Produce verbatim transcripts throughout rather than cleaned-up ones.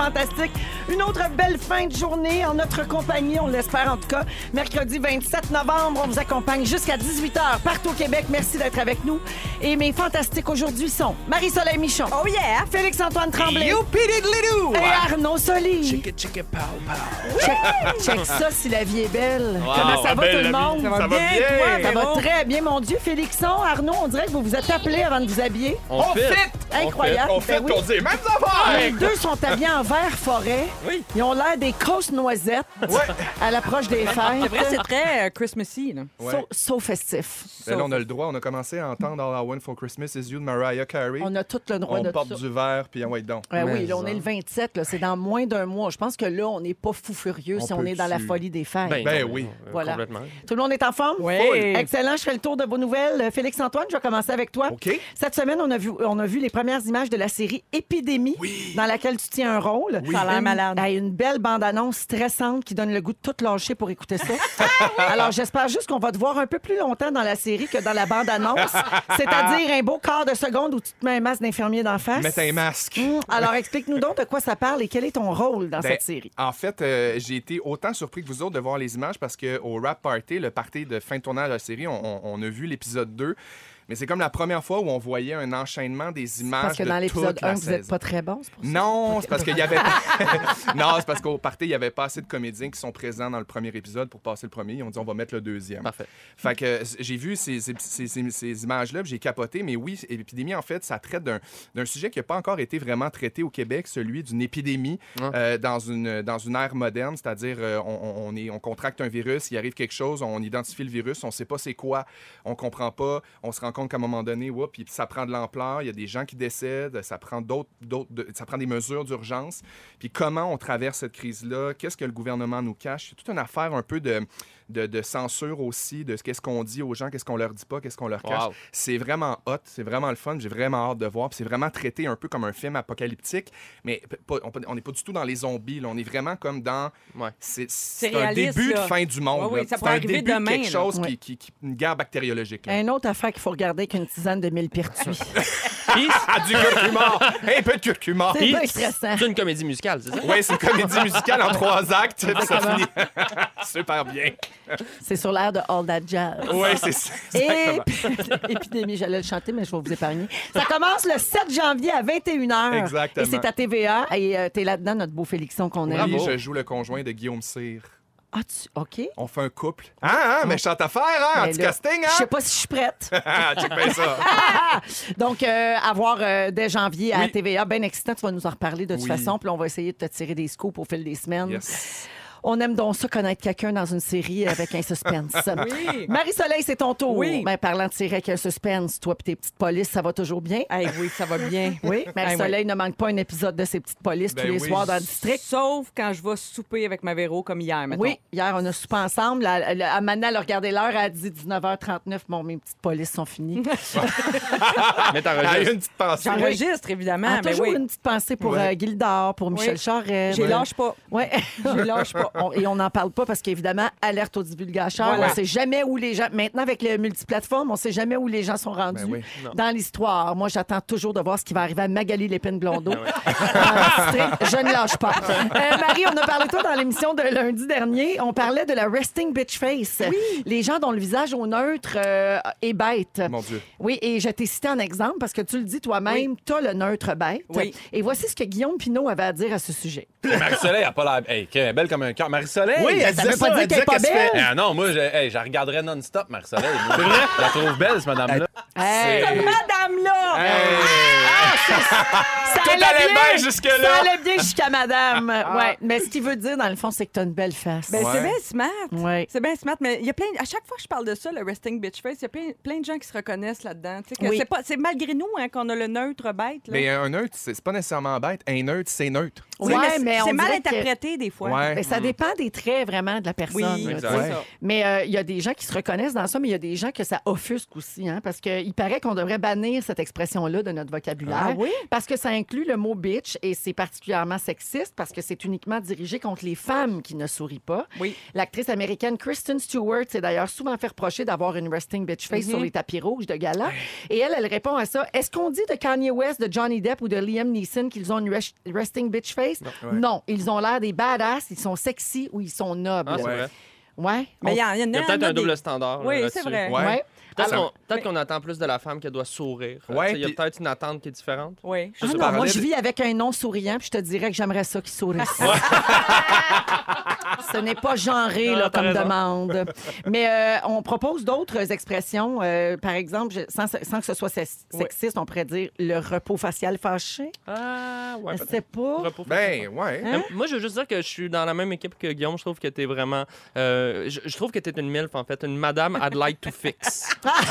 fantastique. Une autre belle fin de journée en notre compagnie, on l'espère en tout cas. Mercredi vingt-sept novembre, on vous accompagne jusqu'à dix-huit heures partout au Québec. Merci d'être avec nous. Et mes fantastiques aujourd'hui sont Marie-Soleil Michon. Oh yeah! Félix-Antoine Tremblay. Youpi-diddly-doo! Et Arnaud Soli. Chicka chicka pow pow. Check, check ça si la vie est belle. Wow, Comment ça va belle tout le la vie. monde? Ça va Ça va bien, bien. toi, Ça va Véro? très bien, mon Dieu. Félixon, Arnaud, on dirait que vous vous êtes appelés avant de vous habiller. On fit! Incroyable. On fit, Ben oui. on dit les mêmes affaires! Les deux sont habillés en vert forêt. Oui. Ils ont l'air des grosses noisettes Ouais. à l'approche des C'est fêtes. vrai, c'est très euh, Christmassy. Là. Ouais. So, so festif. Ben là, on a le droit. On a commencé à entendre All I Want for Christmas is You de Mariah Carey. On a tout le droit On de porte tout ça. du verre, puis on va être donc. Ouais, oui, là, on Mais est le vingt-sept, là, c'est dans moins d'un mois. Je pense que là, on n'est pas fou furieux On si on est dans la peut-tu- folie des fêtes. Ben non, oui. euh, Voilà. Complètement. Tout le monde est en forme? Oui. Excellent, je fais le tour de vos nouvelles. Euh, Félix-Antoine, je vais commencer avec toi. OK. Cette semaine, on a vu, on a vu les premières images de la série Épidémie, dans laquelle tu tiens un rôle. Ça a l'air Une- malade. Hey, une belle bande-annonce stressante qui donne le goût de tout lâcher pour écouter ça. Alors, j'espère juste qu'on va te voir un peu plus longtemps dans la série que dans la bande-annonce, c'est-à-dire un beau quart de seconde où tu te mets un masque d'infirmier d'en face. Mettre un masque. Hum, Alors, explique-nous donc de quoi ça parle et quel est ton rôle dans Ben, cette série. En fait, euh, j'ai été autant surpris que vous autres de voir les images parce qu'au Rap Party, le party de fin de tournage de la série, on, on- on a vu l'épisode deux. Mais c'est comme la première fois où on voyait un enchaînement des images Parce que de dans toute l'épisode la un, vous n'êtes saison. pas très bon, c'est pour ça? Non, c'est parce qu'il y avait pas... Non, c'est parce qu'au party, il n'y avait pas assez de comédiens qui sont présents dans le premier épisode pour passer le premier. Ils ont dit on va mettre le deuxième. Parfait. Fait que euh, j'ai vu ces, ces, ces- ces- ces images-là, puis j'ai capoté. Mais oui, Épidémie, en fait, ça traite d'un d'un sujet qui n'a pas encore été vraiment traité au Québec, celui d'une épidémie Ouais. euh, dans, une, dans une ère moderne. C'est-à-dire, euh, on, on, est, on contracte un virus, il arrive quelque chose, on identifie le virus, on ne sait pas c'est quoi, on comprend pas, on se rend compte qu'à un moment donné, whoop, puis ça prend de l'ampleur, il y a des gens qui décèdent, ça prend d'autres, d'autres, de- ça prend des mesures d'urgence. Puis comment on traverse cette crise-là, qu'est-ce que le gouvernement nous cache? C'est toute une affaire un peu de, de, de censure aussi, de ce qu'est-ce qu'on dit aux gens, qu'est-ce qu'on leur dit pas, qu'est-ce qu'on leur cache. Wow. C'est vraiment hot, c'est vraiment le fun, j'ai vraiment hâte de voir. Puis c'est vraiment traité un peu comme un film apocalyptique, mais p- pas- on n'est pas du tout dans les zombies, là. On est vraiment comme dans... Ouais. C'est, C'est c'est un réaliste, début là. de fin du monde. Ouais, oui, là. ça c'est pourrait un arriver début demain, de quelque là. chose Ouais. qui, qui, qui- une guerre bactériologique. Là. Une autre affaire qu'il faut regarder avec une tisane de millepertuis. Puis, Ah, du curcuma! Un peu de curcuma! C'est bien stressant. c'est une comédie musicale, c'est ça? Oui, c'est une comédie musicale en trois actes. puis ça finit super bien. C'est sur l'air de All That Jazz. Oui, c'est ça. Exactement. Et Épidémie, j'allais le chanter, mais je vais vous épargner. Ça commence le sept janvier à vingt et une heures. Exactement. Et c'est à T V A. Et euh, t'es là-dedans, notre beau Félixon qu'on aime. Oui, Bravo. je joue le conjoint de Guillaume Cyr. Ah, tu... OK. On fait un couple. Ah, ah méchante affaire, hein? Mais là, Anti-casting, Je sais hein? pas si je suis prête. Ah, check bien ça. Donc, euh, à voir euh, dès janvier à Oui. T V A. Bien excitant, tu vas nous en reparler de toute Oui. façon. Puis on va essayer de te tirer des scoops au fil des semaines. Yes. On aime donc ça, connaître quelqu'un dans une série avec un suspense. Oui. Marie-Soleil, c'est ton tour. Oui. Ben, parlant de série avec un suspense, toi et tes petites polices, ça va toujours bien? Hey, oui, ça va bien. Oui, Marie-Soleil Hey, ne manque pas un épisode de ses petites polices Ben tous les oui. soirs dans le oui. district. Sauf quand je vais souper avec ma Véro comme hier, mettons. Oui, hier, on a soupé ensemble. La- la- Amanda, elle a regardé l'heure, elle a dit dix-neuf heures trente-neuf. Bon, mes petites polices sont finies. Mais Ah, il y a t'enregistres. une petite pensée. J'enregistre, évidemment. Ah, mais toujours oui. une petite pensée pour Ouais. euh, Gildor, pour Michel Oui. Charest. J'ai lâche pas. Ouais, je lâche pas. On- et on n'en parle pas parce qu'évidemment, alerte aux divulgateurs. Voilà. On sait jamais où les gens. Maintenant, avec les multiplateformes, on sait jamais où les gens sont rendus Ben oui. dans l'histoire. Moi, j'attends toujours de voir ce qui va arriver à Magali Lépine-Blondeau. Dans le district. Je ne lâche pas. Euh, Marie, on a parlé de toi dans l'émission de lundi dernier. On parlait de la resting bitch face. Les gens dont le visage au neutre euh, est bête. Mon Dieu. Oui, et je t'ai cité un exemple parce que tu le dis toi-même, tu as le neutre bête. Oui. Et voici ce que Guillaume Pinot avait à dire à ce sujet. Marie-Soleil a pas l'air. Hey, elle est belle comme un cœur. Marie-Soleil! Oui, elle ça disait veut pas ça. dire Elle qu'elle est disait pas qu'elle se fait- belle. Ah non, moi, je, hey, je la regarderais non-stop, Marie-Soleil. C'est vrai? Je la trouve belle, cette madame-là. Hey! C'est- Madame-là! Ça Tout allait allait bien bien jusque-là. Ça allait bien jusqu'à madame. Ouais. Mais ce qu'il veut dire, dans le fond, c'est que tu as une belle face. Ben, Ouais. c'est bien smart. Ouais. C'est bien smart, mais il y a plein. À chaque fois que je parle de ça, le resting bitch face, il y a plein, plein de gens qui se reconnaissent là-dedans. Tu sais, que Oui. c'est pas, c'est malgré nous hein, qu'on a le neutre bête. Là. Mais un neutre, c'est c'est pas nécessairement bête. Un neutre, c'est neutre. Oui, Ouais, mais, mais c'est on c'est mal dirait que- interprété des fois. Ouais. Ben, ça dépend des traits vraiment de la personne. Oui, là, c'est tu exact. sais. Ouais. ça. Mais euh, il y a des gens qui se reconnaissent dans ça, mais il y a des gens que ça offusque aussi, hein, parce qu'il paraît qu'on devrait bannir cette expression-là de notre vocabulaire. Ah oui? Parce que ça inclut le mot bitch et c'est particulièrement sexiste parce que c'est uniquement dirigé contre les femmes qui ne sourient pas. Oui. L'actrice américaine Kristen Stewart s'est d'ailleurs souvent fait reprocher d'avoir une resting bitch face Mm-hmm. sur les tapis rouges de gala. Et elle, elle répond à ça. Est-ce qu'on dit de Kanye West, de Johnny Depp ou de Liam Neeson qu'ils ont une res- resting bitch face? Non. Ouais. non. Ils ont l'air des badass, ils sont sexy ou ils sont nobles. Ah, c'est Ouais. vrai. Ouais. Mais il y, en- il y en Il y a a, peut-être il y en a un double des- standard. là, Oui, là-dessus. c'est vrai. Ouais. Ouais. Peut-être Alors- qu'on peut-être qu'on attend plus de la femme qu'elle doit sourire. Ouais, Tu sais, Il y a puis- peut-être une attente qui est différente. Oui. Ah non, parlais moi, de- je vis avec un non souriant, puis je te dirais que j'aimerais ça qu'il sourisse. Ce n'est pas genré Non, là, t'as comme raison. demande. Mais euh, on propose d'autres expressions. Euh, par exemple, je- sans, sans que ce soit sex- sexiste, on pourrait dire le repos facial fâché. Ah, ouais. Je peut-être. sais pas. Repos Ben, ouais. Hein? Euh, Moi, je veux juste dire que je suis dans la même équipe que Guillaume. Je trouve que t'es vraiment. euh, je, je trouve que t'es une MILF, en fait. Une Madame I'd like to fix.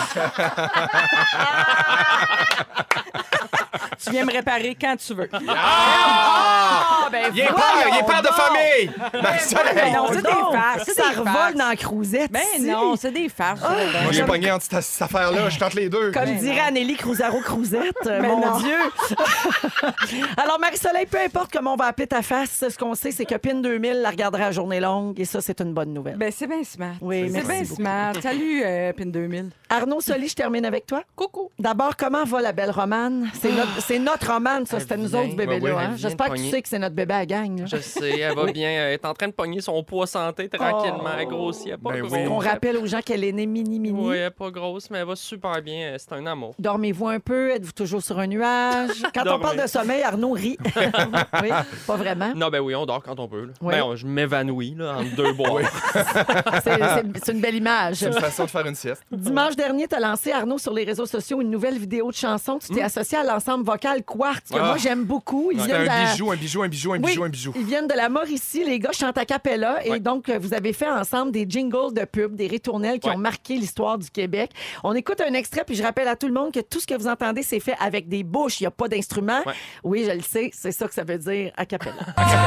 Tu viens me réparer quand tu veux. Ah, ben Il est père, voyons il est père de donc. famille! Ben, soleil! non, c'est des Donc, farces, c'est ça des revole farces. dans la crousette. Ben ici. non, c'est des farces. Moi, Ben, j'ai pogné entre cette, cette affaire-là. Je tente les deux. Comme Ben dirait non. Anneli Cruzaro-Crouzette. Ben Mon non. Dieu! Alors, Marie-Soleil, peu importe comment on va appeler ta face, ce qu'on sait, c'est que Pin deux mille la regardera à journée longue et ça, c'est une bonne nouvelle. ben, c'est bien smart. Oui, c'est merci bien beaucoup. smart. Salut, euh, Pin deux mille. Arnaud Soli, je termine avec toi. Coucou. D'abord, comment va la belle Romane? C'est notre, c'est notre Romane, ça. Elle C'était nous vient. autres, ce bébé-là. Ouais, ouais, hein? elle vient J'espère de que tu pogner. sais que c'est notre bébé à la gang. là. Je sais, elle va bien. Elle est en train de pogner son poids santé tranquillement. Elle grossit. Elle est pas Ben grosse. oui. On rappelle aux gens qu'elle est née mini-mini. Oui, elle est pas grosse, mais elle va super bien. C'est un amour. Dormez-vous un peu? Êtes-vous toujours sur un nuage? Quand on Dormez. parle de sommeil, Arnaud rit. oui, pas vraiment. Non, ben oui, on dort quand on peut. là. Oui. Ben, on- je m'évanouis là, entre deux bois. C'est, c'est- c'est une belle image. C'est une façon de faire une sieste. Dimanche dernier, tu as lancé, Arnaud, sur les réseaux sociaux, une nouvelle vidéo de chanson. Tu t'es associé à l'ensemble vocal Quartz, que Ah. moi, j'aime beaucoup. Ils C'est viennent un de- bijou, un bijou, un bijou, un Oui, bijou, un bijou. Ils viennent de la Mauricie. Les gars chantent a cappella. Et Ouais. donc, euh, vous avez fait ensemble des jingles de pub, des ritournelles qui Ouais. ont marqué l'histoire du Québec. On écoute un extrait, puis je rappelle à tout le monde que tout ce que vous entendez, c'est fait avec des bouches. Il n'y a pas d'instrument. Ouais. Oui, je le sais. C'est ça que ça veut dire a cappella.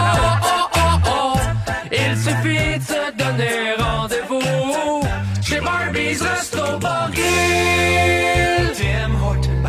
Il suffit de se donner rendez-vous chez Barbie's Resto Bar Grill. Tim Horton.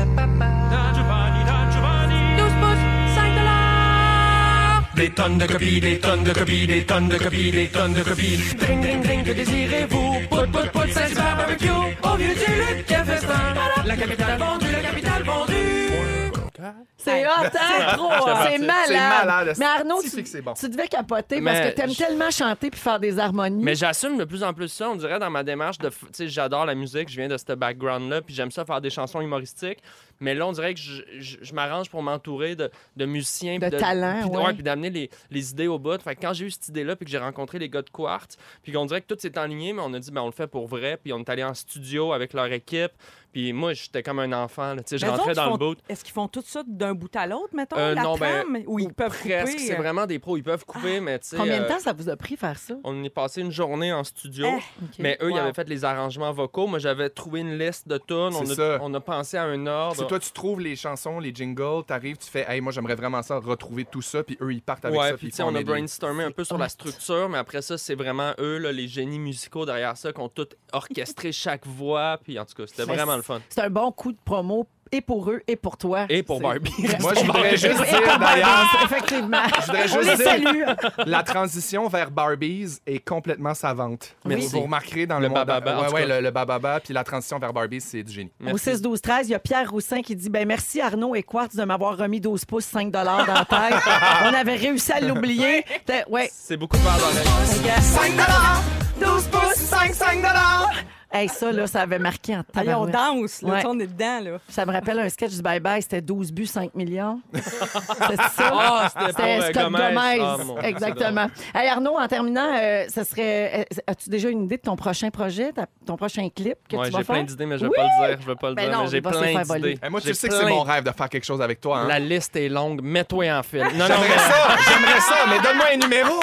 Don Giovanni, Don Giovanni. douze pouces, cinq dollars. Des tonnes de copies, des tonnes de copies, des tonnes de copies, des tonnes de copies. Dring, dring, dring, que désirez-vous? Pout, pout, pout, Saint-Hubert barbecue. Au vieux du Luc, café festin. La capitale vendue, la capitale vendue. C'est hot, hein? C'est trop hot. C'est malade. C'est malade. Mais Arnaud, Si, tu, c'est que c'est bon. tu devais capoter Mais parce que t'aimes je- tellement chanter puis faire des harmonies. Mais j'assume de plus en plus ça, on dirait, dans ma démarche de. f- Tu sais, j'adore la musique, je viens de ce background-là, puis j'aime ça faire des chansons humoristiques. Mais là, on dirait que je, je- je m'arrange pour m'entourer de, de musiciens. De puis talent, puis, ouais. puis d'amener les, les idées au bout. Fait que quand j'ai eu cette idée-là, puis que j'ai rencontré les gars de Quartz, puis qu'on dirait que tout s'est enligné, mais on a dit, ben, on le fait pour vrai. Puis on est allé en studio avec leur équipe. Puis moi, j'étais comme un enfant. là, Tu sais, je Mais eux rentrais autres, dans ils le font- boot. Est-ce qu'ils font tout ça d'un bout à l'autre, mettons, Euh, la non, ben, trame? Ou ils peuvent Presque. couper? C'est euh, vraiment des pros. Ils peuvent couper, mais tu sais. Combien de euh, temps ça vous a pris faire ça? On est passé une journée en studio. Eh, OK. Mais eux, ils Wow. avaient fait les arrangements vocaux. Moi, j'avais trouvé une liste de tunes. On C'est a, ça. on a pensé à un ordre. C'est toi, tu trouves les chansons, les jingles, t'arrives, tu fais, hey, moi, j'aimerais vraiment ça, retrouver tout ça, puis eux, ils partent avec Ouais, ça. puis ils tu sais, font on a les- brainstormé un peu sur la structure, mais après ça, c'est vraiment eux, là, les génies musicaux derrière ça, qui ont tout orchestré chaque voix. Puis en tout cas, c'était Mais vraiment le fun. C'est un bon coup de promo et pour eux et pour toi. Et pour C'est- Barbie. Moi, je voudrais Et- juste et dire, pour d'ailleurs, Barbie, effectivement. je voudrais On juste les dire, salue. la transition vers Barbies est complètement savante. Merci. Vous remarquerez dans Le le, monde- bababa, en Ouais, tout ouais, cas. le, le bababa, puis la transition vers Barbies, c'est du génie. Au Merci. six douze treize, il y a Pierre Roussin qui dit ben merci Arnaud et Quartz de m'avoir remis douze pouces, cinq dollars dans la tête. On avait réussi à l'oublier. T'es- Ouais. C'est beaucoup de verre d'oreille. cinq dollars! douze pouces, cinq, cinq dollars! Hey, ça, là, ça avait marqué en Allez, on tabarouette. danse, là, Ouais. tu sais, on est dedans, là. Ça me rappelle un sketch du Bye Bye, c'était douze buts, cinq millions. C'est ça. Ah, c'était pour C'était euh, Scott Gomez. Gomez. Ah, mon Dieu, Exactement. Hey, Arnaud, en terminant, euh, ça serait. euh, As-tu déjà une idée de ton prochain projet, ta- ton prochain clip que Ouais, tu vas j'ai faire? plein d'idées, mais je vais Oui! pas le dire. Je vais pas le Ben dire, non, mais j'ai il va se plein faire voler. d'idées. Et moi, tu J'ai sais que plein- c'est mon rêve de faire quelque chose avec toi. Hein? La liste est longue. Mets-toi en fil. Non, non, J'aimerais mais- ça, j'aimerais ça, mais donne-moi un numéro!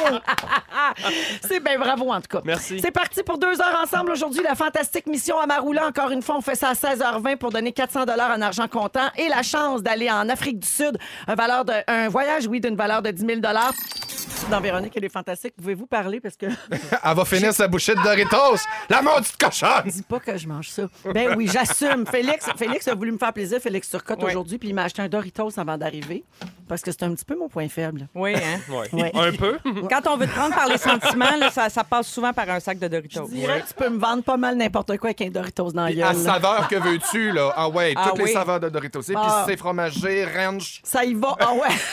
C'est bien bravo, en tout cas. Merci. C'est parti pour deux heures ensemble aujourd'hui. La fantastique mission à Maroula. Encore une fois, on fait ça à seize heures vingt pour donner quatre cents dollars en argent comptant et la chance d'aller en Afrique du Sud. Un, valeur de, un voyage, oui, d'une valeur de dix mille dollars. dans Véronique, elle est fantastique. Pouvez-vous parler parce que Elle va finir sa bouchée de Doritos. La maudite cochonne! dis pas que je mange ça. Ben oui, j'assume. Félix, Félix a voulu me faire plaisir. Félix Turcotte Ouais. aujourd'hui, puis il m'a acheté un Doritos avant d'arriver parce que c'est un petit peu mon point faible. Oui, hein? Ouais. Ouais. Un peu. Quand on veut te prendre par les sentiments, là, ça, ça passe souvent par un sac de Doritos. Je dirais que tu peux me vendre pas mal n'importe quoi avec un Doritos dans la Puis à gueule. là. saveur que veux-tu, là? Ah ouais, Ah toutes les oui. saveurs de Doritos. C'est Ah. épicé, fromagé, ranch. Ça y va. Ah ouais.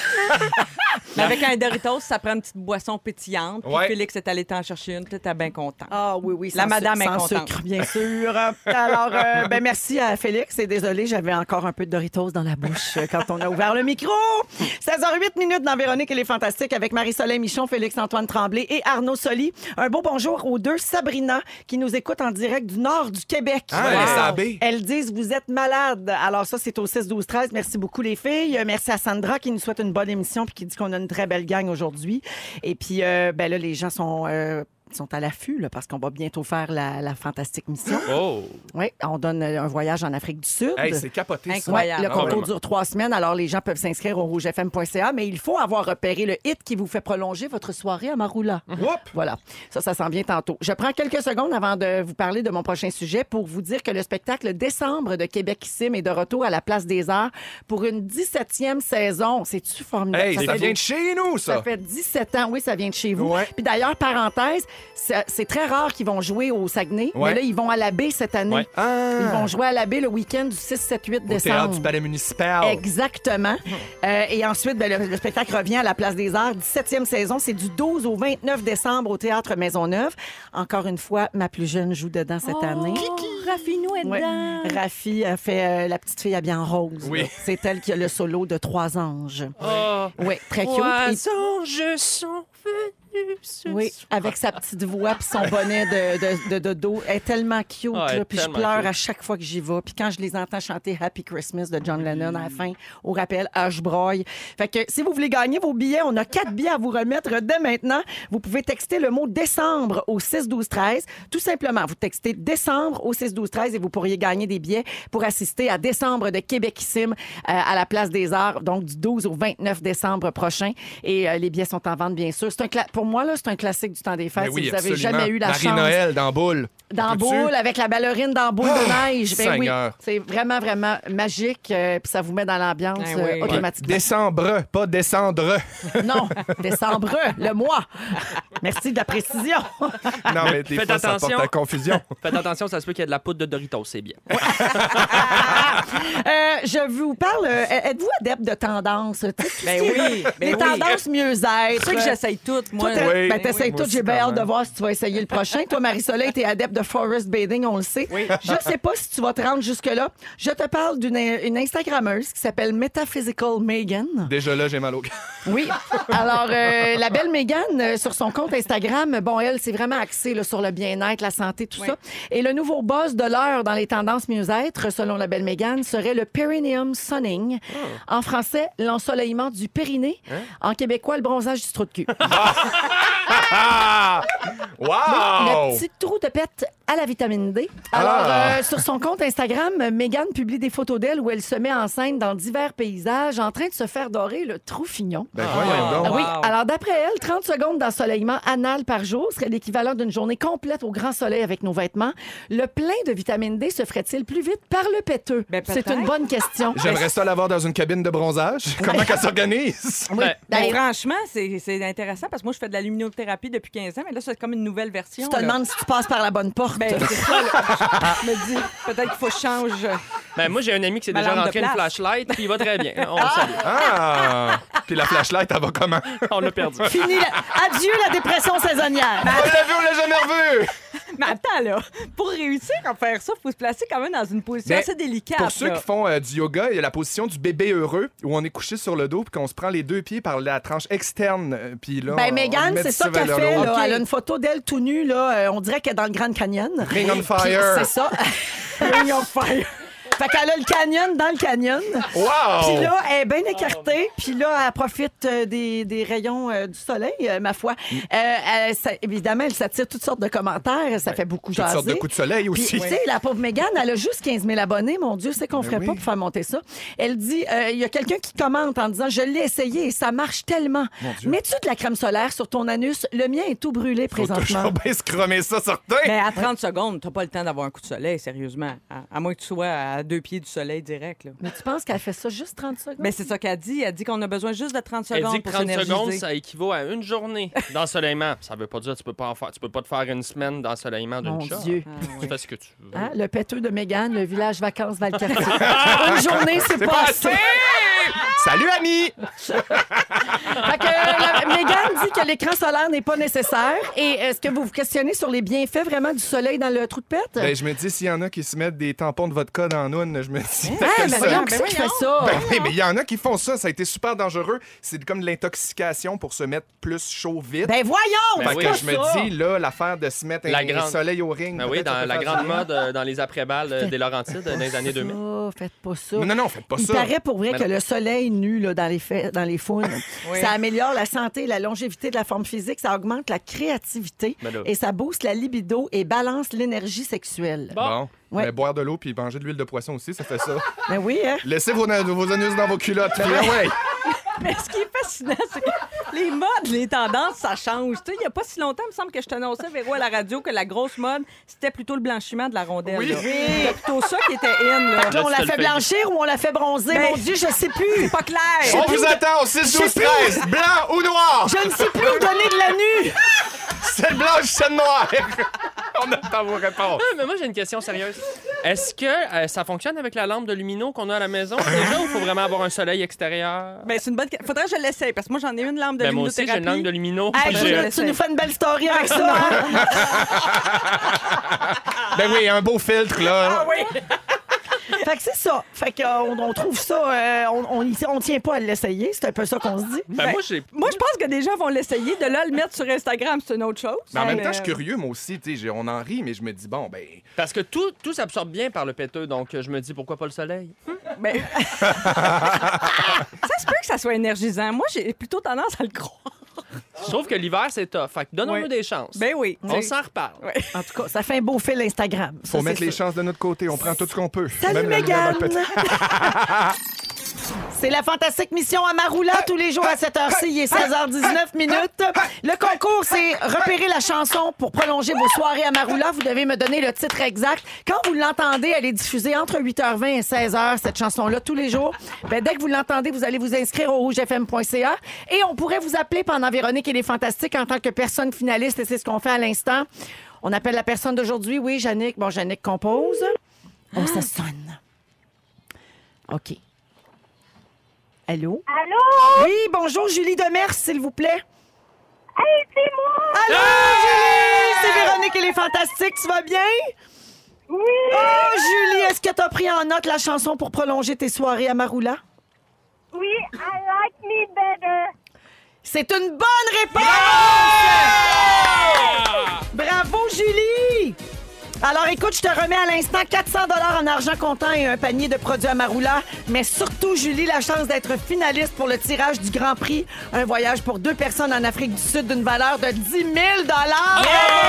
Mais avec un Doritos, ça prend une petite boisson pétillante. Puis Ouais. Félix est allé t'en chercher une. Tu étais bien content. Ah oui, oui. La sans madame su- est sans contente. sucre, bien sûr. Alors, euh, ben merci à Félix. Et désolé, j'avais encore un peu de Doritos dans la bouche euh, quand on a ouvert le micro. seize heures huit minutes dans Véronique et les Fantastiques avec Marie-Soleil Michon, Félix-Antoine Tremblay et Arnaud Soli. Un beau bonjour aux deux Sabrina qui nous écoutent en direct du nord du Québec. Ah, les sabés. Elles disent vous êtes malades. Alors ça, c'est au six douze treize. Merci beaucoup les filles. Euh, Merci à Sandra qui nous souhaite une bonne émission puis qui dit qu'on a une très belle gang aujourd'hui. Et puis, euh, ben là, les gens sont... euh, sont à l'affût là, parce qu'on va bientôt faire la, la fantastique mission. Oh. Oui, on donne euh, un voyage en Afrique du Sud. Hey, c'est capoté, ça. Incroyable. Ouais, le Ah, concours vraiment. dure trois semaines, alors les gens peuvent s'inscrire au rouge f m point c a, mais il faut avoir repéré le hit qui vous fait prolonger votre soirée à Maroula. Whoop! Voilà, ça, ça s'en vient tantôt. Je prends quelques secondes avant de vous parler de mon prochain sujet pour vous dire que le spectacle Décembre de Québecissime est de retour à la Place des Arts pour une dix-septième saison. C'est-tu formidable? Hey, ça fait- vient de chez nous, ça ça. fait dix-sept ans, oui, ça vient de chez vous. Ouais. Puis d'ailleurs, parenthèse, c'est c'est très rare qu'ils vont jouer au Saguenay, Ouais. mais là, ils vont à la baie cette année. Ouais. Ah, Ils vont jouer à la baie le week-end du six, sept, huit au théâtre décembre. du palais municipal. Exactement. Euh, et ensuite, ben, le, le spectacle revient à la Place des Arts. dix-septième saison, c'est du douze au vingt-neuf décembre au Théâtre Maisonneuve. Encore une fois, ma plus jeune joue dedans cette année. Raffinou est Ouais. dedans. Rafi a fait euh, la petite fille habillée en rose. Oui. là. C'est elle qui a le solo de Trois anges. Oh. Oui, très cute. Trois Et- anges sont venus ce Oui, soir. avec sa petite voix puis son bonnet de, de, de, de dos. Elle est tellement cute. Ah, elle est là, puis je tellement pleure cute. à chaque fois que j'y vais. Puis quand je les entends chanter Happy Christmas de John Lennon à la fin, au rappel, ah, je broille. Fait que si vous voulez gagner vos billets, on a quatre billets à vous remettre dès maintenant. Vous pouvez texter le mot décembre au six douze treize. Tout simplement, vous textez décembre au six douze treize et vous pourriez gagner des billets pour assister à décembre de Québecissime euh, à la Place des Arts, donc du douze au vingt-neuf décembre prochain. Et euh, les billets sont en vente, bien sûr. C'est un cla- pour moi, là, c'est un classique du temps des fêtes. Ben oui, si vous avez absolument. jamais eu la chance Marie-Noël dans Boule. dans Peux-tu? Boule, avec la ballerine dans Boule de neige. Ben oui, Seigneur. c'est vraiment, vraiment magique. euh, Puis ça vous met dans l'ambiance Ah oui. euh, automatiquement. Décembre, pas descendre. Non, décembre, le mois. Merci de la précision. Non, mais des Faites fois, ça attention. porte à confusion. Faites attention, ça se peut qu'il y ait de la poudre de Doritos, c'est bien. Euh, je vous parle. euh, êtes-vous adepte de tendances? Tu sais, Ben oui. Ben les oui. tendances mieux-être. C'est sûr que j'essaye toutes, moi. Toi, t'as- Oui. ben, t'essayes Moi tout. aussi, J'ai bien quand hâte de même. voir si tu vas essayer le prochain. Toi, Marie-Soleil, t'es adepte de forest bathing, on le sait. Je sais pas si tu vas te rendre jusque-là. Je te parle d'une une Instagrammeuse qui s'appelle Metaphysical Megan. Déjà là, j'ai mal au cœur. Oui. Alors, euh, la belle Megan, euh, sur son compte Instagram, bon, elle, c'est vraiment axé là, sur le bien-être, la santé, tout ça. Et le nouveau buzz de l'heure dans les tendances mieux-être, selon la belle Megan, serait le perineum sunning. En français, l'ensoleillement du périnée. En québécois, le bronzage du trou de cul. Ah! Wow! Le petit trou de pète à la vitamine D. Alors, Ah. euh, sur son compte Instagram, Megan publie des photos d'elle où elle se met en scène dans divers paysages en train de se faire dorer le trou fignon. Ben voyons donc. Ah oui, Wow. alors d'après elle, trente secondes d'ensoleillement anal par jour serait l'équivalent d'une journée complète au grand soleil avec nos vêtements. Le plein de vitamine D se ferait-il plus vite par le péteux? Ben, C'est peut-être. une bonne question. J'aimerais ça l'avoir dans une cabine de bronzage. Comment qu'elle s'organise? Oui. Ben, Ben, Ben, franchement, c'est c'est intéressant parce que moi, je fais de la luminothérapie depuis quinze ans, mais là, c'est comme une nouvelle version. tu te là. demandes si tu passes par la bonne porte. Ben, c'est ça, là. Je me dis, peut-être qu'il faut que je change. Ben, moi, j'ai un ami qui s'est Ma déjà lampe de rentré une place. flashlight, puis il va très bien. On le salue. Ah! Puis la flashlight, elle va comment? On l'a perdu. Fini. la- Adieu la dépression saisonnière. On l'a vu, on l'a jamais revu! Mais attends, là, pour réussir à faire ça, il faut se placer quand même dans une position Ben, assez délicate. Pour ceux là. qui font euh, du yoga, il y a la position du bébé heureux où on est couché sur le dos puis qu'on se prend les deux pieds par la tranche externe. euh, Puis là, Ben, on Megan, met c'est ça ça qu'elle vers fait. le haut. Là. OK. Elle a une photo d'elle tout nue. Là. Euh, on dirait qu'elle est dans le Grand Canyon. Ring on Puis fire. C'est ça. Ring on fire. Fait qu'elle a le canyon dans le canyon. Wow! Puis là, elle est bien écartée. Puis là, elle profite euh, des, des rayons euh, du soleil, euh, ma foi. Euh, elle, ça- évidemment, elle s'attire toutes sortes de commentaires. Ça fait beaucoup Toutes jaser. sortes de coups de soleil Puis, aussi. tu sais, la pauvre Mégane, elle a juste quinze mille abonnés. Mon Dieu, c'est qu'on ferait oui. pas pour faire monter ça. Elle dit, euh, il y a quelqu'un qui commente en disant, je l'ai essayé et ça marche tellement. Dieu. Mets-tu de la crème solaire sur ton anus? Le mien est tout brûlé Faut présentement. toujours bien se cromer ça, certain. Mais à trente secondes, t'as pas le temps d'avoir un coup de soleil, sérieusement. À, à moins que tu sois à deux pieds du soleil direct. Là. Mais tu penses qu'elle fait ça juste trente secondes? Ben, c'est ça qu'elle dit. Elle dit qu'on a besoin juste de trente Elle secondes dit que pour trente s'énergiser. secondes, ça équivaut à une journée d'ensoleillement. Ça veut pas dire que tu peux pas en faire. Tu peux pas te faire une semaine d'ensoleillement d'une Mon shot. Dieu. Ah, Tu oui. fais ce que tu veux. Hein? Le péteux de Mégane, le village vacances Valcartier. Une journée, c'est pas assez. Salut, Annie! Fait que la- Mégane dit que l'écran solaire n'est pas nécessaire. Et est-ce que vous vous questionnez sur les bienfaits vraiment du soleil dans le trou de pète? Ben, je me dis, s'il y en a qui se mettent des tampons de vodka dans la noune, je me dis... Ah, que le mais soleil- voyons, ben qui c'est qui fait voyons. ça? Ben oui, mais il y en a qui font ça. Ça a été super dangereux. C'est comme de l'intoxication pour se mettre plus chaud vite. Ben voyons! Ben Fait oui. que c'est je pas me ça. dis, là, l'affaire de se mettre La un, grande- un soleil au ring. Ben oui, peut-être ça dans peut la faire grande du bien. mode euh, dans les après-balles euh, des Laurentides euh, dans les années deux mille. Oh, faites pas ça. Non, non, non, faites pas Il ça. paraît pour vrai Mais que non. le soleil nu là, dans, les fa- dans les faunes, Oui. ça améliore la santé, la longévité de la forme physique, ça augmente la créativité Ben là. et ça booste la libido et balance l'énergie sexuelle. Bon. Ouais. Mais boire de l'eau puis manger de l'huile de poisson aussi, ça fait ça. Ben oui, hein? Laissez vos, vos anus dans vos culottes. Puis, ah ouais. Mais ce qui est fascinant, c'est que les modes, les tendances, ça change. Tu sais, il n'y a pas si longtemps, il me semble que je t'annonçais, Véro, à la radio, que la grosse mode, c'était plutôt le blanchiment de la rondelle. Oui. là. C'était plutôt ça qui était in. Là. Là, on tu la te le fait fais. blanchir ou on la fait bronzer? Ben, Mon Dieu, je sais plus. C'est pas clair. On vous attend au six douze treize. Blanc ou noir? Je ne sais plus où donner de la nue. C'est blanche, c'est noir. On attend vos réponses. Ah, mais moi, j'ai une question sérieuse. Est-ce que euh, ça fonctionne avec la lampe de lumino qu'on a à la maison déjà ou il faut vraiment avoir un soleil extérieur? Ben, c'est une bonne. Faudrait que je l'essaye parce que moi, j'en ai une lampe de Ben, moi aussi, j'ai une lampe de lumino. Hey, ben, tu, je tu nous fais une belle story avec ça. Hein? Ben oui, un beau filtre, là. Fait que c'est ça. Fait qu'on on trouve ça. euh, on, on, y- on tient pas à l'essayer. C'est un peu ça qu'on se dit. Ben, moi, j'ai. Moi, je pense que des gens vont l'essayer. De là, à le mettre sur Instagram, c'est une autre chose. Mais en même Mais, temps, je suis euh, curieux, moi aussi. Tu sais, j'ai- on en rit, mais je me dis, bon, ben. Parce que tout, tout s'absorbe bien par le péteux, donc euh, je me dis pourquoi pas le soleil? ben, ça se peut que ça soit énergisant. Moi, j'ai plutôt tendance à le croire. Je trouve que l'hiver, c'est tough. Fait que donnons-nous Oui. des chances. Ben oui. On s'en reparle. En tout cas, ça fait un beau fil Instagram. Faut Ça, mettre c'est les sûr. chances de notre côté. On prend tout ce qu'on peut. Salut, Même la lumière Mégane! dans le pétard. C'est la fantastique mission à Maroula tous les jours à cette heure-ci. Il est seize heures dix-neuf minutes. Le concours, c'est repérer la chanson pour prolonger vos soirées à Maroula. Vous devez me donner le titre exact. Quand vous l'entendez, elle est diffusée entre huit heures vingt et seize heures, cette chanson-là, tous les jours. Ben, dès que vous l'entendez, vous allez vous inscrire au rouge f m point c a et on pourrait vous appeler pendant Véronique et les Fantastiques en tant que personne finaliste et c'est ce qu'on fait à l'instant. On appelle la personne d'aujourd'hui. Oui, Jannick. Bon, Jannick compose. Oh, ça sonne. OK. Allô? Allô? Oui, bonjour, Julie Demers, s'il vous plaît. Hey, c'est moi! Allô, Julie! C'est Véronique et les Fantastiques, tu vas bien? Oui! Oh, Julie, est-ce que t'as pris en note la chanson pour prolonger tes soirées à Maroula? Oui, I like me better. C'est une bonne réponse! Bravo, Julie! Alors, écoute, je te remets à l'instant quatre cents dollars en argent comptant et un panier de produits à Maroula. Mais surtout, Julie, la chance d'être finaliste pour le tirage du Grand Prix. Un voyage pour deux personnes en Afrique du Sud d'une valeur de dix mille dollars.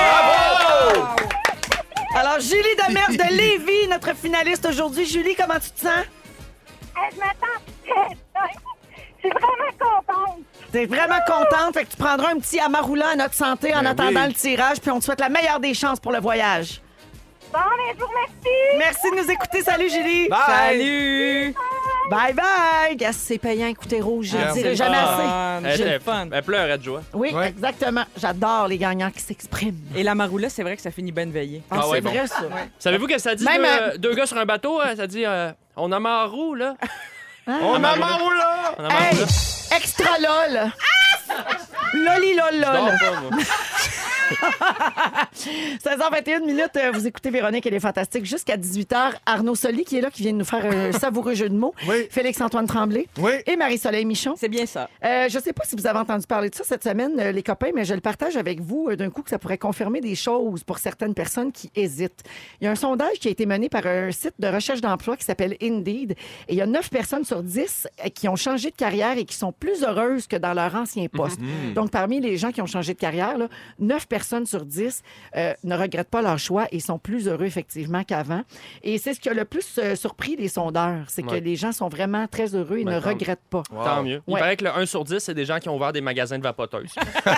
Alors, Julie Demers de Lévis, notre finaliste aujourd'hui. Julie, comment tu te sens? Hey, je m'attends très bien. Je suis vraiment contente. T'es vraiment contente. Fait que tu prendras un petit Amaroula à notre santé en Ben attendant oui. le tirage. Puis on te souhaite la meilleure des chances pour le voyage. Bon, mais je vous remercie. Merci de nous écouter. Salut, Julie. Salut! Bye bye! Gas, c'est payant, écoutez rouge. Je Yeah. ne dirai jamais assez. Fun. Elle, J'ai le elle- fun. elle pleurait de joie. Oui, Ouais. exactement. J'adore les gagnants qui s'expriment. Et la maroula, c'est vrai que ça finit bonne veillée. Ah, Ah c'est ouais, bon. vrai, ça. Savez-vous que ça dit Même, deux, euh, deux gars sur un bateau? euh, Ça dit euh, on a marre roue, là. On a marre, là! On a marre Hey, là. extra lol. Loli lol Je dors lol. pas, moi. seize heures vingt et une minutes, euh, vous écoutez Véronique, elle est fantastique. Jusqu'à dix-huit heures, Arnaud Soli qui est là, qui vient de nous faire un savoureux jeu de mots. Oui. Félix-Antoine Tremblay. Oui. Et Marie-Soleil Michon. C'est bien ça. Euh, je ne sais pas si vous avez entendu parler de ça cette semaine, euh, les copains, mais je le partage avec vous euh, d'un coup que ça pourrait confirmer des choses pour certaines personnes qui hésitent. Il y a un sondage qui a été mené par un site de recherche d'emploi qui s'appelle Indeed. Et il y a neuf personnes sur dix euh, qui ont changé de carrière et qui sont plus heureuses que dans leur ancien poste. Mm-hmm. Donc, parmi les gens qui ont changé de carrière, là, neuf personnes sur dix euh, ne regrettent pas leur choix et sont plus heureux effectivement qu'avant. Et c'est ce qui a le plus euh, surpris les sondeurs, c'est que Ouais. les gens sont vraiment très heureux et Ben, ne tant- regrettent pas. Wow. Tant mieux. Il Ouais. paraît que le un sur dix, c'est des gens qui ont ouvert des magasins de vapoteuses.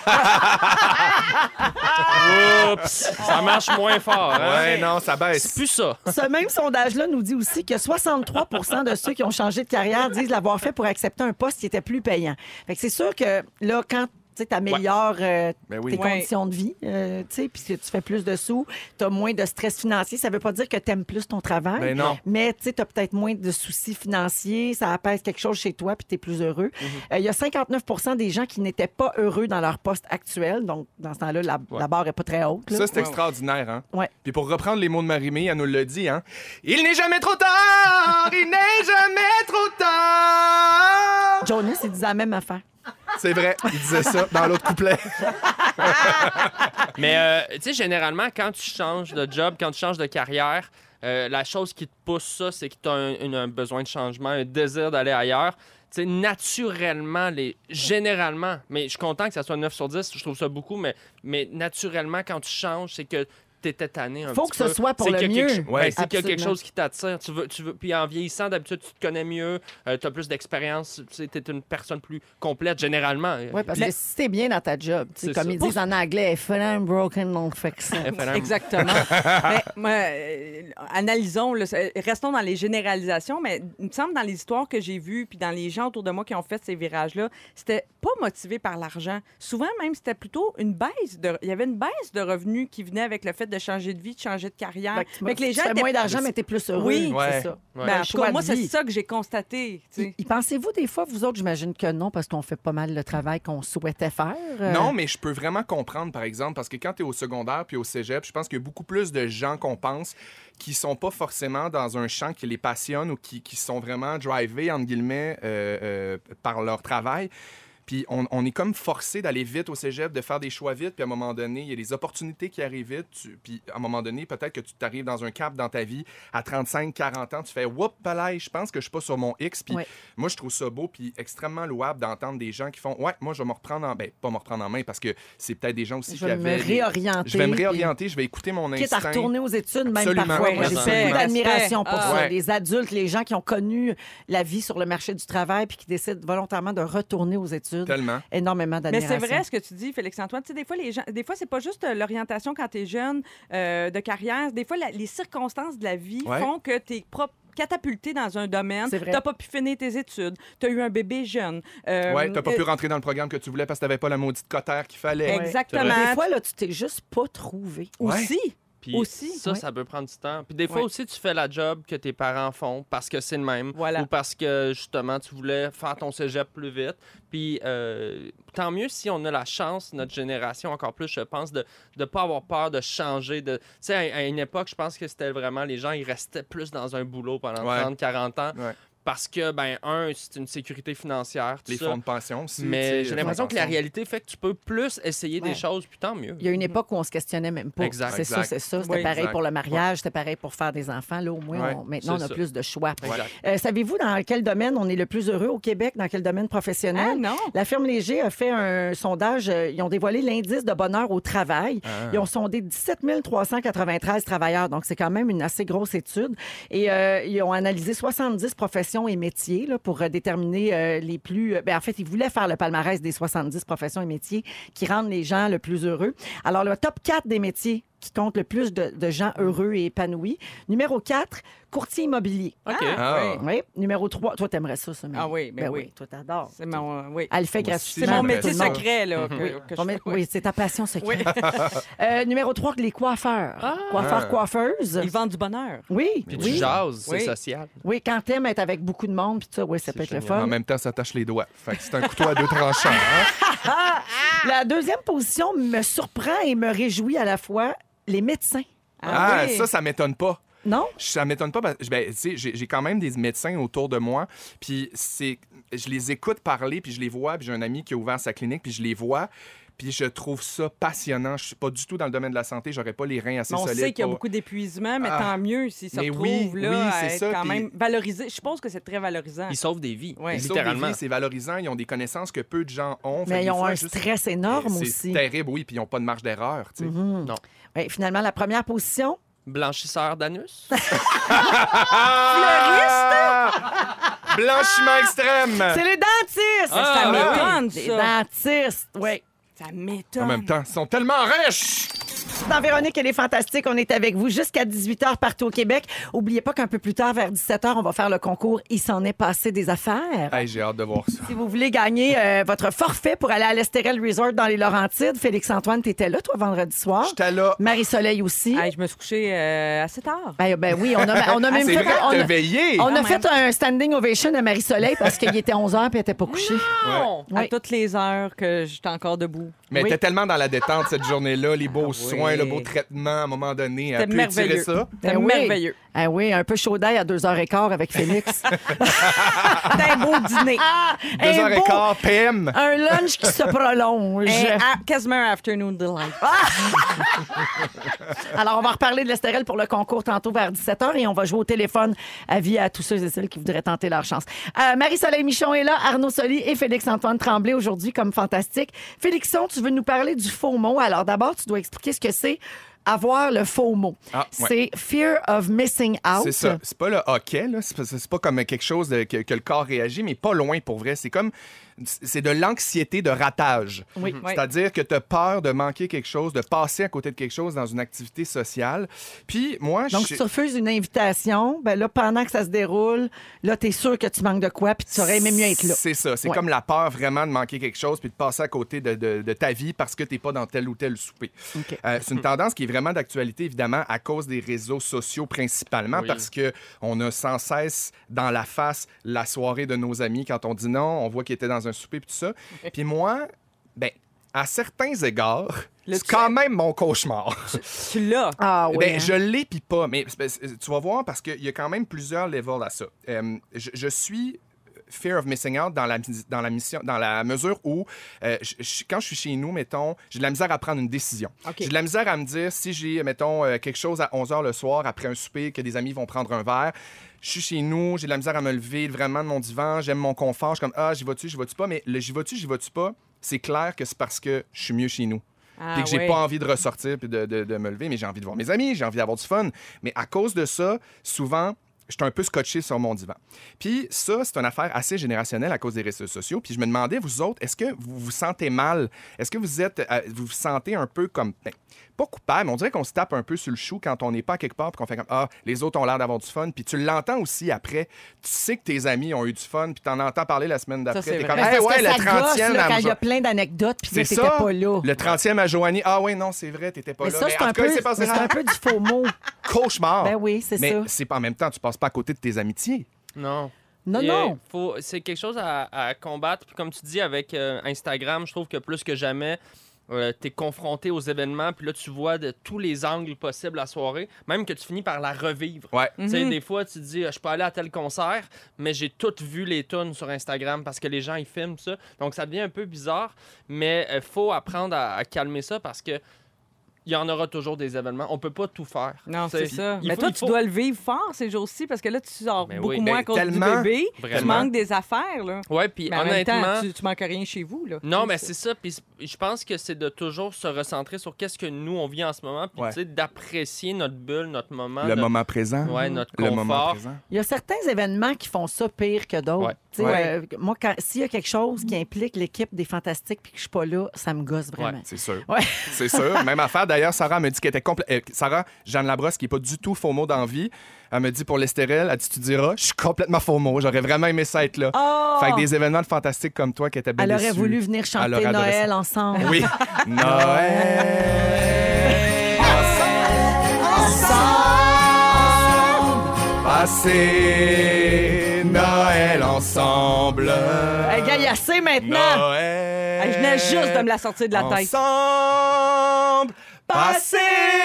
Oups! Ça marche moins fort, hein? Ouais, non, ça C'est baisse. plus ça. Ce même sondage-là nous dit aussi que soixante-trois pour cent de ceux qui ont changé de carrière disent l'avoir fait pour accepter un poste qui était plus payant. Fait que c'est sûr que là, quand tu améliores euh, Ben oui. tes Ouais. conditions de vie, euh, tu sais, puis que tu fais plus de sous, tu as moins de stress financier. Ça veut pas dire que tu aimes plus ton travail, Ben non. mais tu as peut-être moins de soucis financiers, ça apaise quelque chose chez toi, puis tu es plus heureux. Euh, Il y a cinquante-neuf pour cent des gens qui n'étaient pas heureux dans leur poste actuel, donc dans ce temps-là, la, Ouais. la barre est pas très haute. là. Ça, c'est extraordinaire, hein? Ouais. Puis pour reprendre les mots de Marie-Mé, elle nous l'a dit, hein? Il n'est jamais trop tard! Il n'est jamais trop tard! Jonas, il disait la même affaire. C'est vrai, il disait ça dans l'autre couplet. Mais, euh, tu sais, généralement, quand tu changes de job, quand tu changes de carrière, euh, la chose qui te pousse ça, c'est que tu as un, un- un besoin de changement, un désir d'aller ailleurs. Tu sais, naturellement, les... généralement, mais je suis content que ça soit neuf sur dix, je trouve ça beaucoup, mais, mais naturellement, quand tu changes, c'est que t'étais tanné un Faut petit que ce peu. soit pour C'est le qu'il y a quelque mieux. cho- Ouais. ben, c'est qu'il y a quelque Absolument. chose qui t'attire. Tu veux, tu veux... Puis en vieillissant, d'habitude, tu te connais mieux, euh, tu as plus d'expérience, tu es une personne plus complète, généralement. Oui, parce Mais- que si t'es bien dans ta job, tu sais, C'est comme ça. ils disent en anglais, if it ain't broken, don't fix it. F L M. Exactement. Mais, moi, euh, analysons, là, c'est- restons dans les généralisations, mais il me semble dans les histoires que j'ai vues, puis dans les gens autour de moi qui ont fait ces virages-là, c'était pas motivé par l'argent. Souvent même, c'était plutôt une baisse. De, il y avait une baisse de revenus qui venait avec le fait de changer de vie, de changer de carrière. Fait que tu Fait que les tu gens fais étaient- moins d'argent, mais t'es plus heureux. Oui. Ouais. c'est ça. Ouais. Ben, Un en tout choix cas, de moi, c'est vie. ça que j'ai constaté. tu sais. Y- y pensez-vous des fois, vous autres, j'imagine que non, parce qu'on fait pas mal le travail qu'on souhaitait faire? euh, Non, mais je peux vraiment comprendre, par exemple, parce que quand tu es au secondaire puis au cégep, je pense qu'il y a beaucoup plus de gens qu'on pense qui sont pas forcément dans un champ qui les passionne ou qui, qui sont vraiment drivés, entre guillemets, euh, euh, par leur travail. Puis on, on est comme forcé d'aller vite au cégep, de faire des choix vite, puis à un moment donné, il y a des opportunités qui arrivent vite. tu- Puis à un moment donné, peut-être que tu t'arrives dans un cap dans ta vie, à trente-cinq, quarante ans, tu fais « Whoop, palais, je pense que je suis pas sur mon X. » Puis Ouais. moi, je trouve ça beau, puis extrêmement louable d'entendre des gens qui font « Ouais, moi, je vais me reprendre en... » Ben, pas me reprendre en main, parce que c'est peut-être des gens aussi Je qui vais me avaient... réorienter. Je vais me puis réorienter, je vais écouter mon Quitte à instinct. retourner aux études, même Absolument. parfois. Moi, j'ai Absolument. beaucoup d'admiration pour Ah. ça. Ouais. Les adultes, les gens qui ont connu la vie sur le marché du travail puis qui décident volontairement de retourner aux études. Tellement. Énormément Mais d'admiration. c'est vrai ce que tu dis, Félix-Antoine. Tu sais, des fois, les gens, des fois, c'est pas juste euh, l'orientation quand tu es jeune euh, de carrière. Des fois, la- les circonstances de la vie Ouais. font que tu es catapulté dans un domaine. C'est vrai. T'as pas pu finir tes études. Tu as eu un bébé jeune. Euh, Ouais, t'as pas euh, pu rentrer dans le programme que tu voulais parce que t'avais pas la maudite cotère qu'il fallait. Ouais. Exactement. Des fois, là, tu t'es juste pas trouvé. Aussi. Puis Aussi, ça, ouais. ça peut prendre du temps. Puis des fois Ouais. aussi, tu fais la job que tes parents font parce que c'est le même. Voilà. Ou parce que, justement, tu voulais faire ton cégep plus vite. Puis euh, tant mieux si on a la chance, notre génération encore plus, je pense, de ne pas avoir peur de changer. De... Tu sais, à, à une époque, je pense que c'était vraiment... Les gens, ils restaient plus dans un boulot pendant Ouais. trente, quarante ans. Ouais. Parce que, ben, un, c'est une sécurité financière, tout Les ça. fonds de pension aussi. tu Mais sais, j'ai les l'impression fonds que de la pension. réalité fait que tu peux plus essayer Ouais. des choses, puis tant mieux. Il y a une époque où on se questionnait même pas. Exact. C'est ça, Exact. c'est ça. C'était Oui. pareil Exact. pour le mariage, c'était pareil pour faire des enfants. Là, au moins, Ouais. on- maintenant, on C'est a ça. plus de choix. Exact. Euh, savez-vous dans quel domaine on est le plus heureux au Québec, dans quel domaine professionnel? Ah, non. La firme Léger a fait un sondage. euh, Ils ont dévoilé l'indice de bonheur au travail. Ah. Ils ont sondé dix-sept mille trois cent quatre-vingt-treize travailleurs. Donc, c'est quand même une assez grosse étude. Et euh, ils ont analysé soixante-dix professions et métiers là, pour euh, déterminer euh, les plus... euh, ben, en fait, ils voulaient faire le palmarès des soixante-dix professions et métiers qui rendent les gens le plus heureux. Alors, le top quatre des métiers qui compte le plus de, de gens heureux et épanouis. Numéro quatre, courtier immobilier. OK. Ah. Oui. Numéro trois, toi, t'aimerais ça, ça, Mary? Ah oui, ben oui. Toi, t'adores. C'est mon, euh, oui. Elle le fait Moi aussi, gratuitement. C'est mon j'aimerais métier ça. secret, là. que- Oui, que Ton je mé- fais. oui, c'est ta passion secrète. Oui. Euh, numéro trois, les coiffeurs. Coiffeurs, Ah. coiffeuses. Ils vendent du bonheur. Oui, Puis tu oui. jases, c'est Oui. social. Oui, quand t'aimes être avec beaucoup de monde, puis ça, oui, ça C'est peut être le génial. fun. En même temps, ça tâche les doigts. Fait que c'est un couteau à deux tranchants. Hein? La deuxième position me surprend et me réjouit à la fois, les médecins. Ah, oui. ça, ça m'étonne pas. Non? Ça m'étonne pas parce que ben, tu sais, j'ai j'ai quand même des médecins autour de moi, puis c'est je les écoute parler, puis je les vois, puis j'ai un ami qui a ouvert sa clinique, puis je les vois, puis je trouve ça passionnant. Je suis pas du tout dans le domaine de la santé, j'aurais pas les reins assez Mais on solides. sait qu'il y a pour- beaucoup d'épuisement, mais Ah. tant mieux si ça Mais se oui, retrouve là, oui, à c'est être ça, quand puis- même valorisé. Je pense que c'est très valorisant. Ils sauvent des vies, Ouais. Ils sauvent des littéralement. vies, c'est valorisant, ils ont des connaissances que peu de gens ont. Fait Mais que ils des ont fois, un juste- stress énorme C'est aussi. terrible, oui, puis ils n'ont pas de marge d'erreur. tu sais. Mhm. Non. Oui, finalement, la première position, Blanchisseur d'anus. Ah! Blanchiment extrême! c'est les dentistes! Ah, ça oui. m'étonne, Les ça. dentistes, oui. Ça En m'étonne. même temps, ils sont tellement riches! Dans Véronique, elle est fantastique. On est avec vous jusqu'à dix-huit heures partout au Québec. Oubliez pas qu'un peu plus tard, vers dix-sept heures, on va faire le concours « Il s'en est passé des affaires Hey, j'ai hâte de voir ça. ». Si vous voulez gagner euh, votre forfait pour aller à l'Estérel Resort dans les Laurentides, Félix-Antoine, t'étais là, toi, vendredi soir. J'étais là. Marie-Soleil aussi. Hey, je me suis couchée euh, assez tard. Ben, ben oui, on a, on a Ah, même c'est fait... vrai on que a- t'as veillé! On a Quand fait un standing ovation à Marie-Soleil parce qu'il était onze heures et elle n'était pas couchée. Non! Oui. À toutes les heures que j'étais encore debout. Mais Oui. t'es tellement dans la détente cette journée-là, les beaux Ah oui. soins, le beau traitement, à un moment donné. C'était Elle peut étirer merveilleux. ça. C'était Ben oui. merveilleux. Ah oui, un peu chaud d'ail à deux heures et quart avec Félix. C'était un beau dîner. Ah, Deux un heures et beau- quart, P M. Un lunch qui se prolonge. Un a- quasiment un afternoon delight. Alors, on va reparler de l'Estérel pour le concours tantôt vers dix-sept heures et on va jouer au téléphone à vie à tous ceux et celles qui voudraient tenter leur chance. Euh, Marie-Soleil Michon est là, Arnaud Soli et Félix-Antoine Tremblay aujourd'hui comme fantastique. Félixon, tu veux nous parler du faux mot. Alors, d'abord, tu dois expliquer ce que c'est avoir le faux mot. Ah, ouais. C'est fear of missing out. C'est ça. C'est pas le hockey, là. C'est pas, c'est pas comme quelque chose de- que, que le corps réagit, mais pas loin pour vrai. C'est comme. C'est de l'anxiété de ratage. Oui. Oui. C'est-à-dire que tu as peur de manquer quelque chose, de passer à côté de quelque chose dans une activité sociale. Puis moi, Donc, je si tu refuses une invitation, ben là, pendant que ça se déroule, là, t'es sûr que tu manques de quoi puis tu aurais aimé mieux être là. C'est ça. C'est Ouais. comme la peur vraiment de manquer quelque chose puis de passer à côté de, de- de ta vie parce que tu n'es pas dans tel ou tel souper. OK. Euh, c'est une tendance qui est vraiment d'actualité, évidemment, à cause des réseaux sociaux principalement, Oui. parce que on a sans cesse dans la face la soirée de nos amis quand on dit non, on voit qu'ils étaient dans un souper puis tout ça. Puis moi, ben, à certains égards, Le c'est tu- quand même mon cauchemar. Tu l'as. Ah oui. Ben, hein. je l'ai puis pas, mais c'est- c'est- tu vas voir parce qu'il y a quand même plusieurs levels à ça. Euh, je, je suis fear of missing out dans la, dans la, mission, dans la mesure où, euh, je- je- quand je suis chez nous, mettons, j'ai de la misère à prendre une décision. OK. J'ai de la misère à me dire si j'ai, mettons, euh, quelque chose à onze heures le soir après un souper, que des amis vont prendre un verre. Je suis chez nous, j'ai de la misère à me lever vraiment de mon divan, j'aime mon confort, je suis comme, ah, j'y vas-tu, j'y vas-tu pas, mais le j'y vas-tu, j'y vas-tu pas, c'est clair que c'est parce que je suis mieux chez nous. Ah, Puis que j'ai oui. pas envie de ressortir puis de, de- de me lever, mais j'ai envie de voir mes amis, j'ai envie d'avoir du fun. Mais à cause de ça, souvent, je suis un peu scotché sur mon divan. Puis ça, c'est une affaire assez générationnelle à cause des réseaux sociaux. Puis je me demandais, vous autres, est-ce que vous vous sentez mal? Est-ce que vous êtes, euh, vous vous sentez un peu comme, ben, pas coupable, mais on dirait qu'on se tape un peu sur le chou quand on n'est pas quelque part puis qu'on fait comme, ah, les autres ont l'air d'avoir du fun. Puis tu l'entends aussi après. Tu sais que tes amis ont eu du fun, puis t'en entends parler la semaine d'après. c'est T'es vrai. comme, Ben, c'est hey, parce ouais, que le ça gosse, trentième, là, à quand il y a Jean- plein d'anecdotes puis c'est que t'étais ça. pas là. Le trentième à Joanie. Ah oui, non, c'est vrai, t'étais pas Mais là. ça, Mais c'est en un, tout cas, peu- il s'est passé mais c'est un peu du faux mot. cauchemar. Ben oui, c'est Mais ça. c'est pas en même temps, tu passes pas à côté de tes amitiés. Non. Non, Et, non. faut- c'est quelque chose à, à combattre. Puis comme tu dis, avec euh, Instagram, je trouve que plus que jamais, euh, tu es confronté aux événements. Puis là, tu vois de tous les angles possibles la soirée. Même que tu finis par la revivre. Ouais. Tu sais, Mhm. des fois, tu te dis, je peux aller à tel concert, mais j'ai toutes vu les tunes sur Instagram parce que les gens, ils filment ça. Donc, ça devient un peu bizarre. Mais il faut apprendre à, à calmer ça parce que il y en aura toujours des événements. On peut pas tout faire. Non, T'sais, c'est ça. il Mais faut- toi, il tu faut- dois le vivre fort ces jours-ci parce que là, tu sors Ben beaucoup oui. moins Ben, à cause tellement, du bébé. Tu vraiment. manques des affaires, là. Ouais, puis Mais en même honnêtement... temps, tu, tu manques rien chez vous, là. Non, mais c'est ça. Puis je pense que c'est de toujours se recentrer sur qu'est-ce que nous, on vit en ce moment. Puis, Ouais. tu sais, d'apprécier notre bulle, notre moment. Le notre- moment présent. Ouais, notre Le confort. moment présent. Il y a certains événements qui font ça pire que d'autres. Ouais. Tu sais, Ouais. euh, moi, quand- s'il y a quelque chose qui implique l'équipe des Fantastiques puis que je suis pas là, ça me gosse vraiment. C'est sûr. Ouais. C'est sûr. Même affaire d'ailleurs, Sarah me dit qu'elle était complète. Sarah, Jeanne Labrosse, qui n'est pas du tout FOMO dans la vie, elle me dit pour l'Estérel, elle dit tu diras, je suis complètement FOMO. J'aurais vraiment aimé ça être là. Oh! Fait que des événements fantastiques comme toi qui étaient bien Elle aurait déçus. voulu venir chanter Elle aurait adoré Noël ça. ensemble. Oui. Noël. Passer Noël ensemble. Hey, gars, il y a assez maintenant. Noël. Hey, je venais juste de me la sortir de la tête. Ensemble. Passer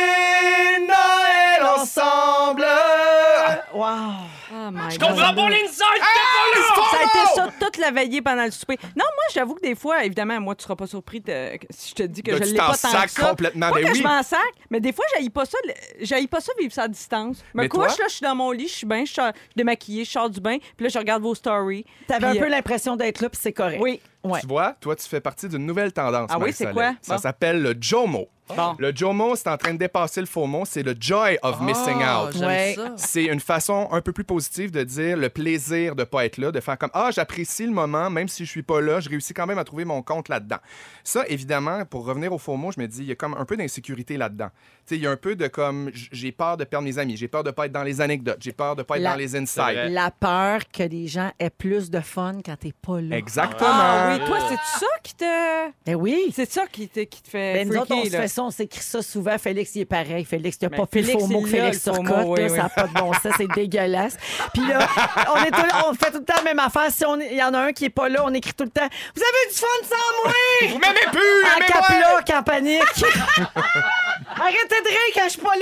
Noël ensemble. Wow. Oh my Je God. comprends pas l'inside, t'es pas là! Ça a été ça toute la veillée pendant le souper. Non, moi, j'avoue que des fois, évidemment, moi, tu seras pas surpris de- si je te dis que Là, je tu l'ai t'en pas tant sacs que ça. complètement, Pas ben que oui. je m'en sac, mais des fois, j'haïs pas ça, le- j'haïs pas ça vivre ça à distance. Je me Mais couche, toi? là, je suis dans mon lit, je suis bien, je suis démaquillée, je sors du bain, puis là, je regarde vos stories. T'avais Puis, un peu euh, l'impression d'être là, puis c'est correct. Oui. Ouais. Tu vois, toi, tu fais partie d'une nouvelle tendance. Ah oui, c'est Marie-Soleil. quoi? Ça Bon. s'appelle le JOMO. Bon. Le JOMO, c'est en train de dépasser le FOMO. C'est le Joy of Missing Ah, Out. j'aime Ouais. ça. C'est une façon un peu plus positive de dire le plaisir de pas être là, de faire comme ah j'apprécie le moment même si je suis pas là, je réussis quand même à trouver mon compte là-dedans. Ça évidemment pour revenir au FOMO, je me dis il y a comme un peu d'insécurité là-dedans. Tu sais il y a un peu de comme j- j'ai peur de perdre mes amis, j'ai peur de pas être dans les anecdotes, j'ai peur de pas être La- dans les C'est insides. vrai. La peur que les gens aient plus de fun quand t'es pas là. Exactement. Ah oui, toi, c'est ça qui te... Ben oui. C'est ça qui te, qui te fait Ben, nous autres, on freaker, se là. fait ça, on s'écrit ça souvent. Félix, il est pareil. Félix, il n'a Ben, pas plus Félix, le faux mot que il l'a, Félix le faux Turcotte. mot, oui, là, oui. Ça n'a pas de bon sens, c'est dégueulasse. Puis là, on, est tout- on fait tout le temps la même affaire. Si on est- il y en a un qui n'est pas là, on écrit tout le temps « Vous avez du fun sans moi! » Vous m'aimez plus, En aimez-moi! cap-loc, en panique. Arrêtez de rire quand je suis pas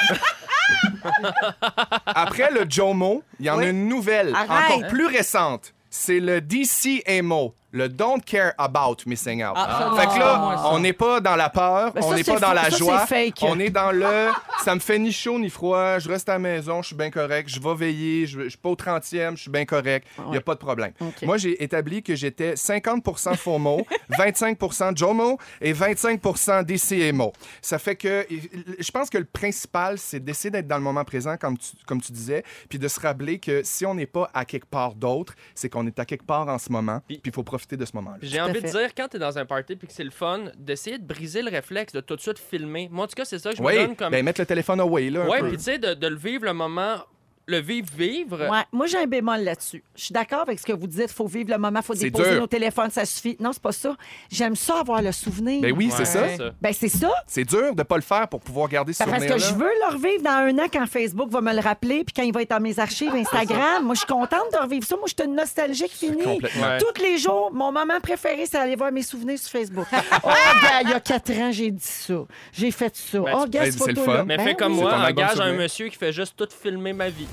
là! Après le JOMO, il y en a une nouvelle, Arrête. encore plus récente. C'est le D C emo, le Don't Care About Missing Out. Ah, ça, fait non, que c'est pas là, moi, ça. on n'est pas dans la peur, Ben, on ça, n'est c'est pas dans faux. la Ça, joie. c'est fake. On est dans le ça me fait ni chaud ni froid, je reste à la maison, je suis bien correct, je vais veiller, je, je suis pas au trentième, je suis bien correct, il n'y a pas de problème. OK. Moi, j'ai établi que j'étais cinquante pour cent FOMO, vingt-cinq pour cent JOMO et vingt-cinq pour cent D C emo. Ça fait que je pense que le principal, c'est d'essayer d'être dans le moment présent, comme tu, comme tu disais, puis de se rappeler que si on n'est pas à quelque part d'autre, c'est qu'on est à quelque part en ce moment, puis il faut profiter de ce moment-là. Puis j'ai Tout à envie de fait. dire, quand t'es dans un party puis que c'est le fun, d'essayer de briser le réflexe de tout de suite filmer. Moi, en tout cas, c'est ça que je me Oui, donne comme. ben mettre le téléphone away, là, un ouais, peu. puis tu sais, de, de le vivre le moment, le vivre-vivre. Ouais, moi, j'ai un bémol là-dessus. Je suis d'accord avec ce que vous dites. Il faut vivre le moment, il faut C'est déposer dur. nos téléphones, ça suffit. Non, c'est pas ça. J'aime ça avoir le souvenir. Ben oui, Ouais, c'est ça. Ben, c'est ça. C'est dur de pas le faire pour pouvoir garder ce Ben, parce que souvenir-là. je veux le revivre dans un an quand Facebook va me le rappeler, puis quand il va être dans mes archives Instagram. Moi, je suis contente de revivre ça. Moi, je suis une nostalgique finie. Complètement. Ouais. Tous les jours, mon moment préféré, c'est aller voir mes souvenirs sur Facebook. Oh, gars, il y a quatre ans, j'ai dit ça. J'ai fait ça. Ben, oh, tu- gars, ben, cette c'est le photo-là. fun. Mais Ben fais comme oui. C'est moi, ton album engage un souvenir. monsieur qui fait juste tout filmer ma vie.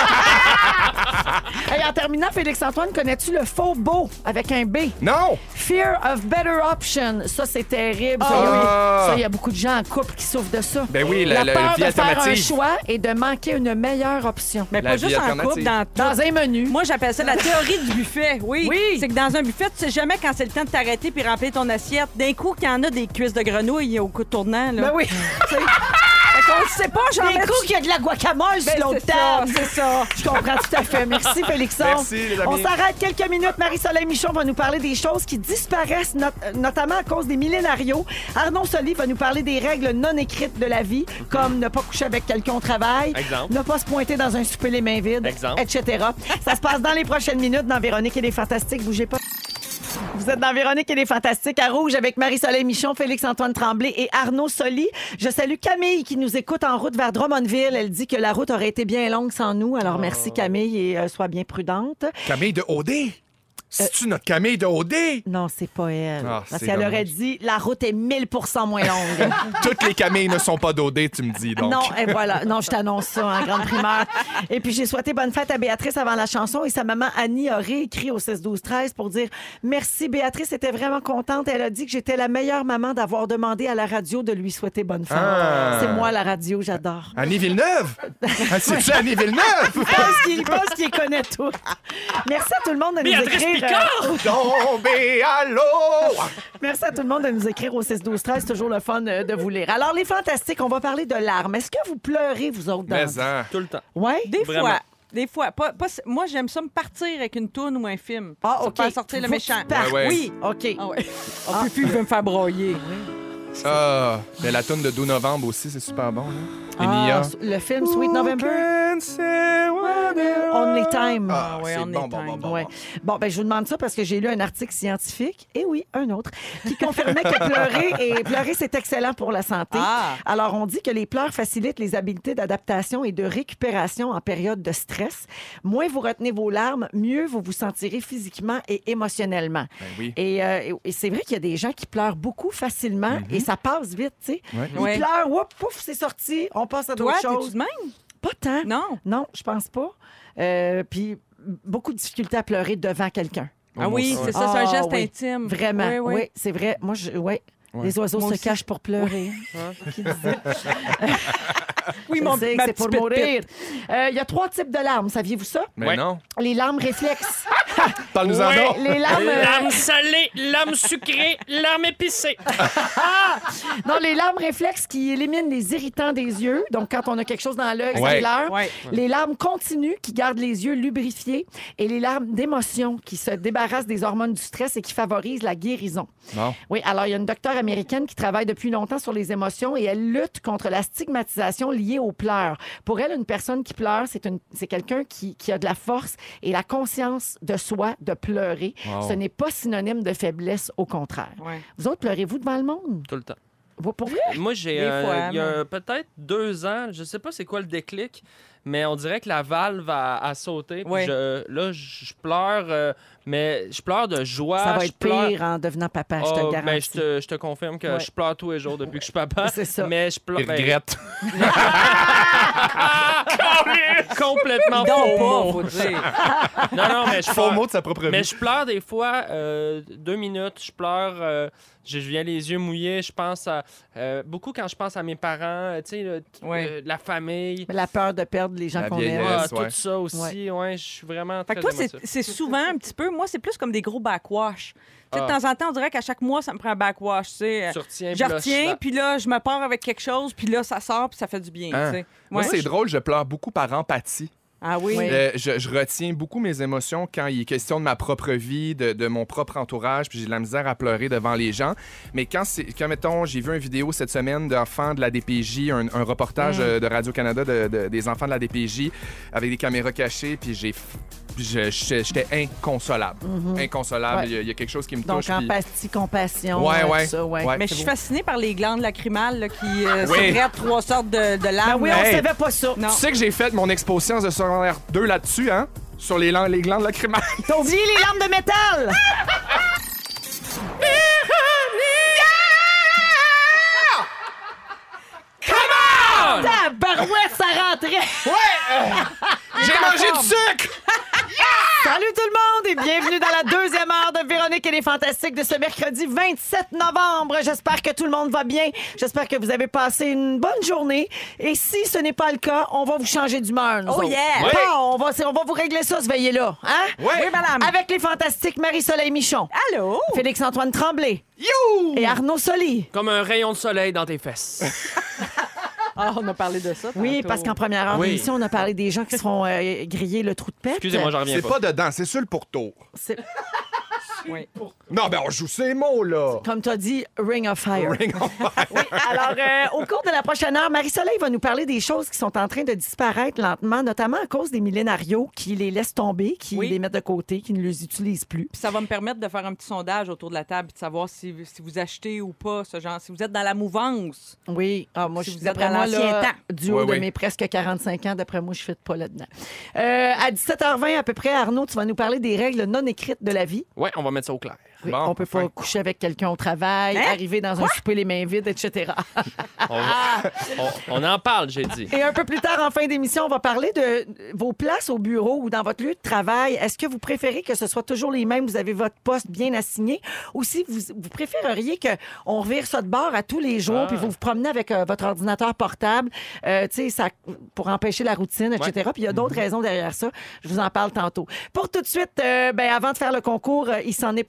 Hey, en terminant, Félix-Antoine, connais-tu le faux beau avec un B? Non! Fear of better option. Ça, c'est terrible. Ça, Ah il y a- oui. ça, il y a beaucoup de gens en couple qui souffrent de ça. Ben oui, la, La la peur vie de faire un alternative. choix et de manquer une meilleure option. Mais La pas vie juste en alternative. couple, dans tout. Dans un menu. Moi, j'appelle ça la théorie du buffet. Oui. Oui. C'est que dans un buffet, tu sais jamais quand c'est le temps de t'arrêter puis remplir ton assiette. D'un coup, qu'il y en a des cuisses de grenouille au coup de tournant. Là. Ben oui. Tu sais. Fait qu'on le sait pas, j'en Des mets coups qu'il y a de la guacamole sur Ben, l'autre c'est ça, table. c'est ça. Je comprends tout à fait. Merci, Félixon. Merci, les amis. On s'arrête quelques minutes. Marie-Soleil Michon va nous parler des choses qui disparaissent, not- notamment à cause des millénarios. Arnaud Soli va nous parler des règles non écrites de la vie, comme ne pas coucher avec quelqu'un au travail, Exemple. ne pas se pointer dans un souper les mains vides, Exemple. et cetera. Ça se passe dans les prochaines minutes dans Véronique et les Fantastiques. Bougez pas. Vous êtes dans Véronique et les Fantastiques à Rouge avec Marie-Soleil Michon, Félix-Antoine Tremblay et Arnaud Soli. Je salue Camille qui nous écoute en route vers Drummondville. Elle dit que la route aurait été bien longue sans nous. Alors merci Camille et euh, sois bien prudente. Camille de O D. C'est-tu notre Camille de O D? Non, c'est pas elle. Ah, Parce c'est qu'elle dommage. aurait dit la route est mille pour cent moins longue. Toutes les Camilles ne sont pas d'O D, tu me dis, donc. Non, et voilà. Non, je t'annonce ça en grande primaire. Et puis, j'ai souhaité bonne fête à Béatrice avant la chanson et sa maman Annie a réécrit au six douze treize pour dire merci. Béatrice était vraiment contente. Elle a dit que j'étais la meilleure maman d'avoir demandé à la radio de lui souhaiter bonne fête. Ah. C'est moi, la radio, j'adore. Annie Villeneuve? Ah, c'est-tu Annie Villeneuve? Je pense qu'il il pense qu'il connaît tout. Merci à tout le monde de nous Béatrice écrire. Picard! Tombé à l'eau! Merci à tout le monde de nous écrire au six douze treize. C'est toujours le fun euh, de vous lire. Alors, les fantastiques, on va parler de larmes. Est-ce que vous pleurez, vous autres, dans Mais hein. Tout le temps. Ouais? Des Vraiment. fois. Des fois. Pas, pas- moi, j'aime ça me partir avec une toune ou un film. Ah, Ça OK. faire sortir le Faut que méchant. tu partes. Ouais, ouais. Oui. OK. Ah ouais. Ah, Fufu veut me faire broyer. Ah, mais la toune de deux novembre aussi, c'est super bon. Là. Ah, Enya. le film Sweet November. Only Time. Ah, ouais, c'est on est bon, bon, time. bon, bon, Ouais. bon. Bon, ben je vous demande ça parce que j'ai lu un article scientifique, et oui, un autre, qui confirmait que pleurer, et pleurer, c'est excellent pour la santé. Ah. Alors, on dit que les pleurs facilitent les habiletés d'adaptation et de récupération en période de stress. Moins vous retenez vos larmes, mieux vous vous sentirez physiquement et émotionnellement. Ben oui. Et, euh, et c'est vrai qu'il y a des gens qui pleurent beaucoup facilement et ça passe vite, tu sais. Ouais. Ils Ouais. pleurent, whoop, pouf, c'est sorti, on passe à Toi, d'autres t'es-tu choses. de même? Pas tant. Non. Non, je pense pas. Euh, puis beaucoup de difficultés à pleurer devant quelqu'un. Ah oui, c'est ça, c'est un Ah, geste oui. intime. Vraiment, Oui, oui, oui. c'est vrai. Moi, je, ouais. Ouais. Les oiseaux Moi se aussi. cachent pour pleurer. Qui disait? Oui, Je mon sais que ma c'est pour petite mourir. Euh, Il y a trois types de larmes, saviez-vous ça? Mais Ouais. non. Les larmes réflexes. Parle-nous-en Ouais. donc. Les larmes... euh, Larmes salées, larmes sucrées, larmes épicées. Non, les larmes réflexes qui éliminent les irritants des yeux. Donc, quand on a quelque chose dans l'œil, ça Ouais. pleure. Ouais. Les larmes continues qui gardent les yeux lubrifiés. Et les larmes d'émotion qui se débarrassent des hormones du stress et qui favorisent la guérison. Bon. Oui, alors il y a une docteure américaine qui travaille depuis longtemps sur les émotions et elle lutte contre la stigmatisation liée aux pleurs. Pour elle, une personne qui pleure, c'est une, c'est quelqu'un qui, qui a de la force et la conscience de soi de pleurer. Wow. Ce n'est pas synonyme de faiblesse, au contraire. Ouais. Vous autres, pleurez-vous devant le monde? Tout le temps. Vous, pour vrai? Moi, j'ai. Des euh, fois, il y a peut-être deux ans, je sais pas c'est quoi le déclic, mais on dirait que la valve a, a sauté. puis Ouais. je- là, je je pleure, euh, mais je pleure de joie. Ça va je être pleure- pire en devenant papa, je te Ah, le ben, garantis. je, te, je te confirme que Ouais. je pleure tous les jours depuis que je suis papa. C'est ça. Mais je pleure. Il ben, regrette. complètement Donc faux pas, mot. faut dire. Non, non, mais je Faux pleure. mot de sa propre Mais vie. je pleure des fois, euh, deux minutes, je pleure, euh, je je viens les yeux mouillés, je pense à... euh, beaucoup quand je pense à mes parents, euh, tu sais, le- Ouais. euh, la famille, La peur de perdre les gens La qu'on vieillesse. aime. ah, Yes, ouais. tout ça aussi, ouais, je suis vraiment Fait très que toi, c'est émotif. c'est souvent un petit peu. Moi, c'est plus comme des gros backwash. Tu sais, de Ah. temps en temps, on dirait qu'à chaque mois, ça me prend un backwash. Tu sais. Tu retiens, Je puis là, retiens, je- puis là, je me pars avec quelque chose, puis là, ça sort, puis ça fait du bien. Hein? tu sais. Moi, Ouais. c'est drôle, je pleure beaucoup par empathie. Ah oui? Oui. Euh, je, je retiens beaucoup mes émotions quand il est question de ma propre vie, de, de mon propre entourage, puis j'ai de la misère à pleurer devant les gens. Mais quand, c'est, quand mettons, j'ai vu une vidéo cette semaine d'enfants de la D P J, un, un reportage euh, de Radio-Canada de, de- des enfants de la D P J avec des caméras cachées, puis j'ai... je- je- J'étais inconsolable. Inconsolable. Ouais. Il y a- il y, a quelque chose qui me Donc, touche. puis- empathie, compassion, Ouais, euh, ouais. tout ça, ouais. Ouais. Mais je suis fascinée par les glandes lacrymales là, qui euh, Oui. sécrètent trois sortes de, de Ben larmes. oui, on Hey. savait pas ça. Non. Tu sais que j'ai fait mon expo sciences de secondaire deux là-dessus, hein? Sur les, lan- les glandes lacrymales. T'as oublié les larmes de métal! Ta barouette, ça rentrait! J'ai mangé du sucre! Salut tout le monde et bienvenue dans la deuxième heure de Véronique et les Fantastiques de ce mercredi vingt-sept novembre. J'espère que tout le monde va bien. J'espère que vous avez passé une bonne journée. Et si ce n'est pas le cas, on va vous changer d'humeur. nous Oh autres. yeah! Bon, Ouais. on va, on va vous régler ça, ce veillez-là. Hein? Ouais. Oui, madame. Avec les Fantastiques Marie-Soleil Michon, Allô? Félix-Antoine Tremblay You! et Arnaud Soli. Comme un rayon de soleil dans tes fesses. Ah, on a parlé de ça. Oui, tantôt. parce qu'en première heure Oui. d'émission, on a parlé des gens qui se font euh, griller le trou de pète. Excusez-moi, j'en reviens C'est pas. pas dedans, c'est sur le pourtour. C'est- Oui. Non, ben on joue ces mots, là. Comme tu as dit, Ring of Fire. Ring on fire. Oui, alors, euh, au cours de la prochaine heure, Marie-Soleil va nous parler des choses qui sont en train de disparaître lentement, notamment à cause des millénarios qui les laissent tomber, qui Oui. les mettent de côté, qui ne les utilisent plus. Puis ça va me permettre de faire un petit sondage autour de la table et de savoir si, si vous achetez ou pas ce genre, si vous êtes dans la mouvance. Oui, ah, moi, Si je vous d'après êtes dans moi, l'ancien là, temps. du haut Oui, de oui. mes presque quarante-cinq ans, d'après moi, je ne fais pas là-dedans. Euh, à dix-sept heures vingt à peu près, Arnaud, tu vas nous parler des règles non écrites de la vie. Ouais, on va mettre ça au clair. Oui, Bon, on peut pas enfin. coucher avec quelqu'un au travail, Hein? arriver dans un souper les mains vides, et cetera. On, va- on- on en parle, j'ai dit. Et un peu plus tard, en fin d'émission, on va parler de vos places au bureau ou dans votre lieu de travail. Est-ce que vous préférez que ce soit toujours les mêmes, vous avez votre poste bien assigné, ou si vous, vous préféreriez qu'on revire ça de bord à tous les jours, Ah. puis vous vous promenez avec euh, votre ordinateur portable, euh, tu sais, ça, pour empêcher la routine, et cetera. Puis il y a d'autres raisons derrière ça. Je vous en parle tantôt. Pour tout de suite, euh, ben, avant de faire le concours, euh, il s'en est passé des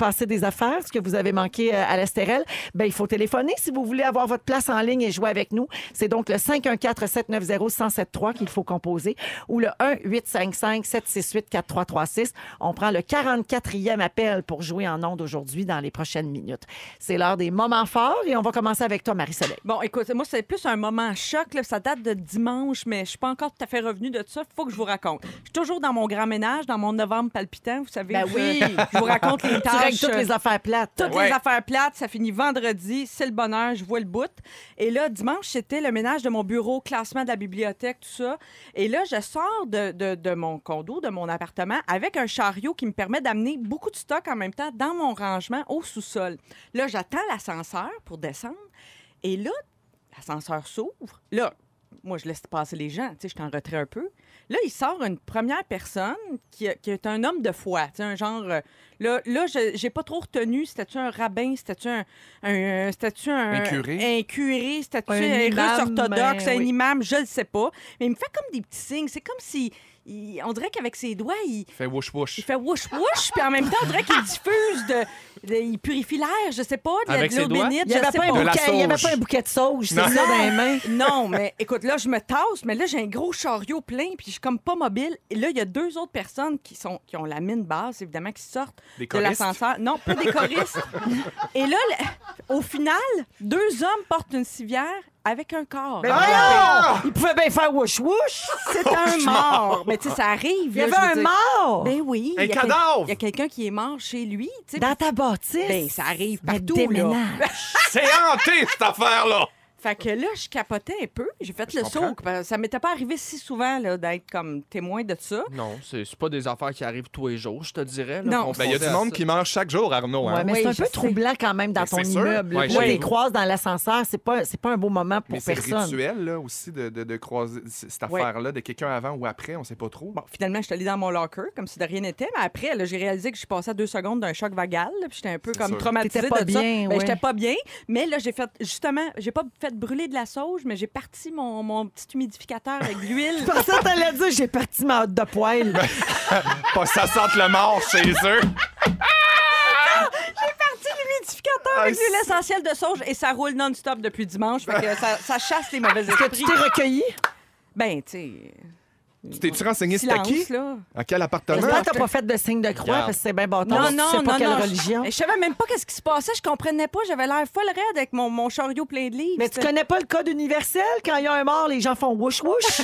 affaires, ce que vous avez manqué euh, à l'Estérel, ben, il faut téléphoner si vous voulez avoir votre place en ligne et jouer avec nous. C'est donc le cinq un quatre, sept neuf zéro, un zéro sept trois qu'il faut composer ou le un huit cinq cinq, sept six huit, quatre trois trois six. On prend le quarante-quatrième appel pour jouer en ondes aujourd'hui dans les prochaines minutes. C'est l'heure des moments forts et on va commencer avec toi, Marie-Soleil. Bon, écoute, moi, c'est plus un moment choc. Là. Ça date de dimanche, mais je suis pas encore tout à fait revenue de ça. Il faut que je vous raconte. Je suis toujours dans mon grand ménage, dans mon novembre palpitant, vous savez. Ben je, oui. Je vous raconte les Tu tâches. règles toutes les affaires plates. Toutes Ouais. les affaires plates, ça finit vendredi, c'est le bonheur, je vois le bout. Et là, dimanche, c'était le ménage de mon bureau, classement de la bibliothèque, tout ça. Et là, je sors de, de, de mon condo, de mon appartement, avec un chariot qui me permet d'amener beaucoup de stock en même temps dans mon rangement au sous-sol. Là, j'attends l'ascenseur pour descendre. Et là, l'ascenseur s'ouvre. Là, moi, je laisse passer les gens. Tu sais, je suis en retrait un peu. Là, il sort une première personne qui, qui est un homme de foi. Tu sais, un genre... euh, Là, là je j'ai pas trop retenu. C'était-tu un rabbin? C'était-tu un... un c'était-tu un... Un curé? Un curé? C'était-tu Un un, imam, russe orthodoxe? ben un oui. imam? Je le sais pas. Mais il me fait comme des petits signes. C'est comme si... il- on dirait qu'avec ses doigts, il... Fait wouch-wouch. Il fait wouch wouch, puis en même temps, on dirait qu'il diffuse de, de- il purifie l'air, je sais pas, de, Avec de l'eau ses doigts? bénite, Il n'y je avait, sais pas un pas. De la bouquet- il y avait sauge. pas un bouquet de sauge, c'est Non. ça, dans les mains. Non, mais écoute, là, je me tasse, mais là, j'ai un gros chariot plein, puis je suis comme pas mobile. Et là, il y a deux autres personnes qui, sont, qui ont la mine basse, évidemment, qui sortent Des de choristes? l'ascenseur. Non, pas des choristes. Et là, le- au final, deux hommes portent une civière avec un corps. Ben Ah! voyons! Il pouvait bien faire wouch-wouch. C'est un mort. Mais tu sais, ça arrive. Il y là, avait je veux un dire. mort Ben oui. Un il y a quel- cadavre! Il y a quelqu'un qui est mort chez lui. tu sais. dans ta bâtisse. Ben, ça arrive Ben, partout, là. déménage. C'est hanté, cette affaire-là! Fait que là, je capotais un peu. J'ai fait le comprends. saut. parce que Ça m'était pas arrivé si souvent là, d'être comme témoin de ça. Non, c'est c'est pas des affaires qui arrivent tous les jours, je te dirais. là, Non. Ben, il y a confronté du à monde ça. qui meurt chaque jour, Arnaud. Hein? Ouais, mais Oui, c'est un je peu sais. troublant quand même dans Mais ton c'est sûr. immeuble. Ouais, Là, tu les j'avoue. croises dans l'ascenseur, c'est pas, c'est pas un beau moment pour Mais c'est le personne. rituel là, aussi de, de, de croiser c- cette Ouais. affaire-là de quelqu'un avant ou après, on sait pas trop. Bon, finalement, je suis allée dans mon locker comme si de rien n'était. Mais après, là, j'ai réalisé que je passais à deux secondes d'un choc vagal. là, Puis j'étais un peu C'est comme sûr. traumatisée T'étais pas de ça. bien, Ben, ouais. j'étais pas bien. Mais là, j'ai fait, justement, j'ai pas fait brûler de la sauge, mais j'ai parti mon, mon petit humidificateur avec de l'huile. Je pensais que t'allais dire j'ai parti ma hotte de poêle. Pas ça sente le mort chez eux. Humidificateur avec l'huile essentielle de sauge et ça roule non-stop depuis dimanche. Fait que ça, ça chasse les mauvais Tu esprits. t'es recueilli. Ben, tu sais. Tu t'es-tu renseigné c'était Silence, qui? là. À quel appartement? J'espère que t'as pas fait de signe de croix Regarde. parce que c'est bien bâtard. Non, Tu non, sais pas non, quelle non. religion. Je, je savais même pas qu'est-ce qui se passait. Je comprenais pas. J'avais l'air folle raide avec mon, mon chariot plein de livres. Mais tu C'était- connais pas le code universel? Quand il y a un mort, les gens font wouch-wouch.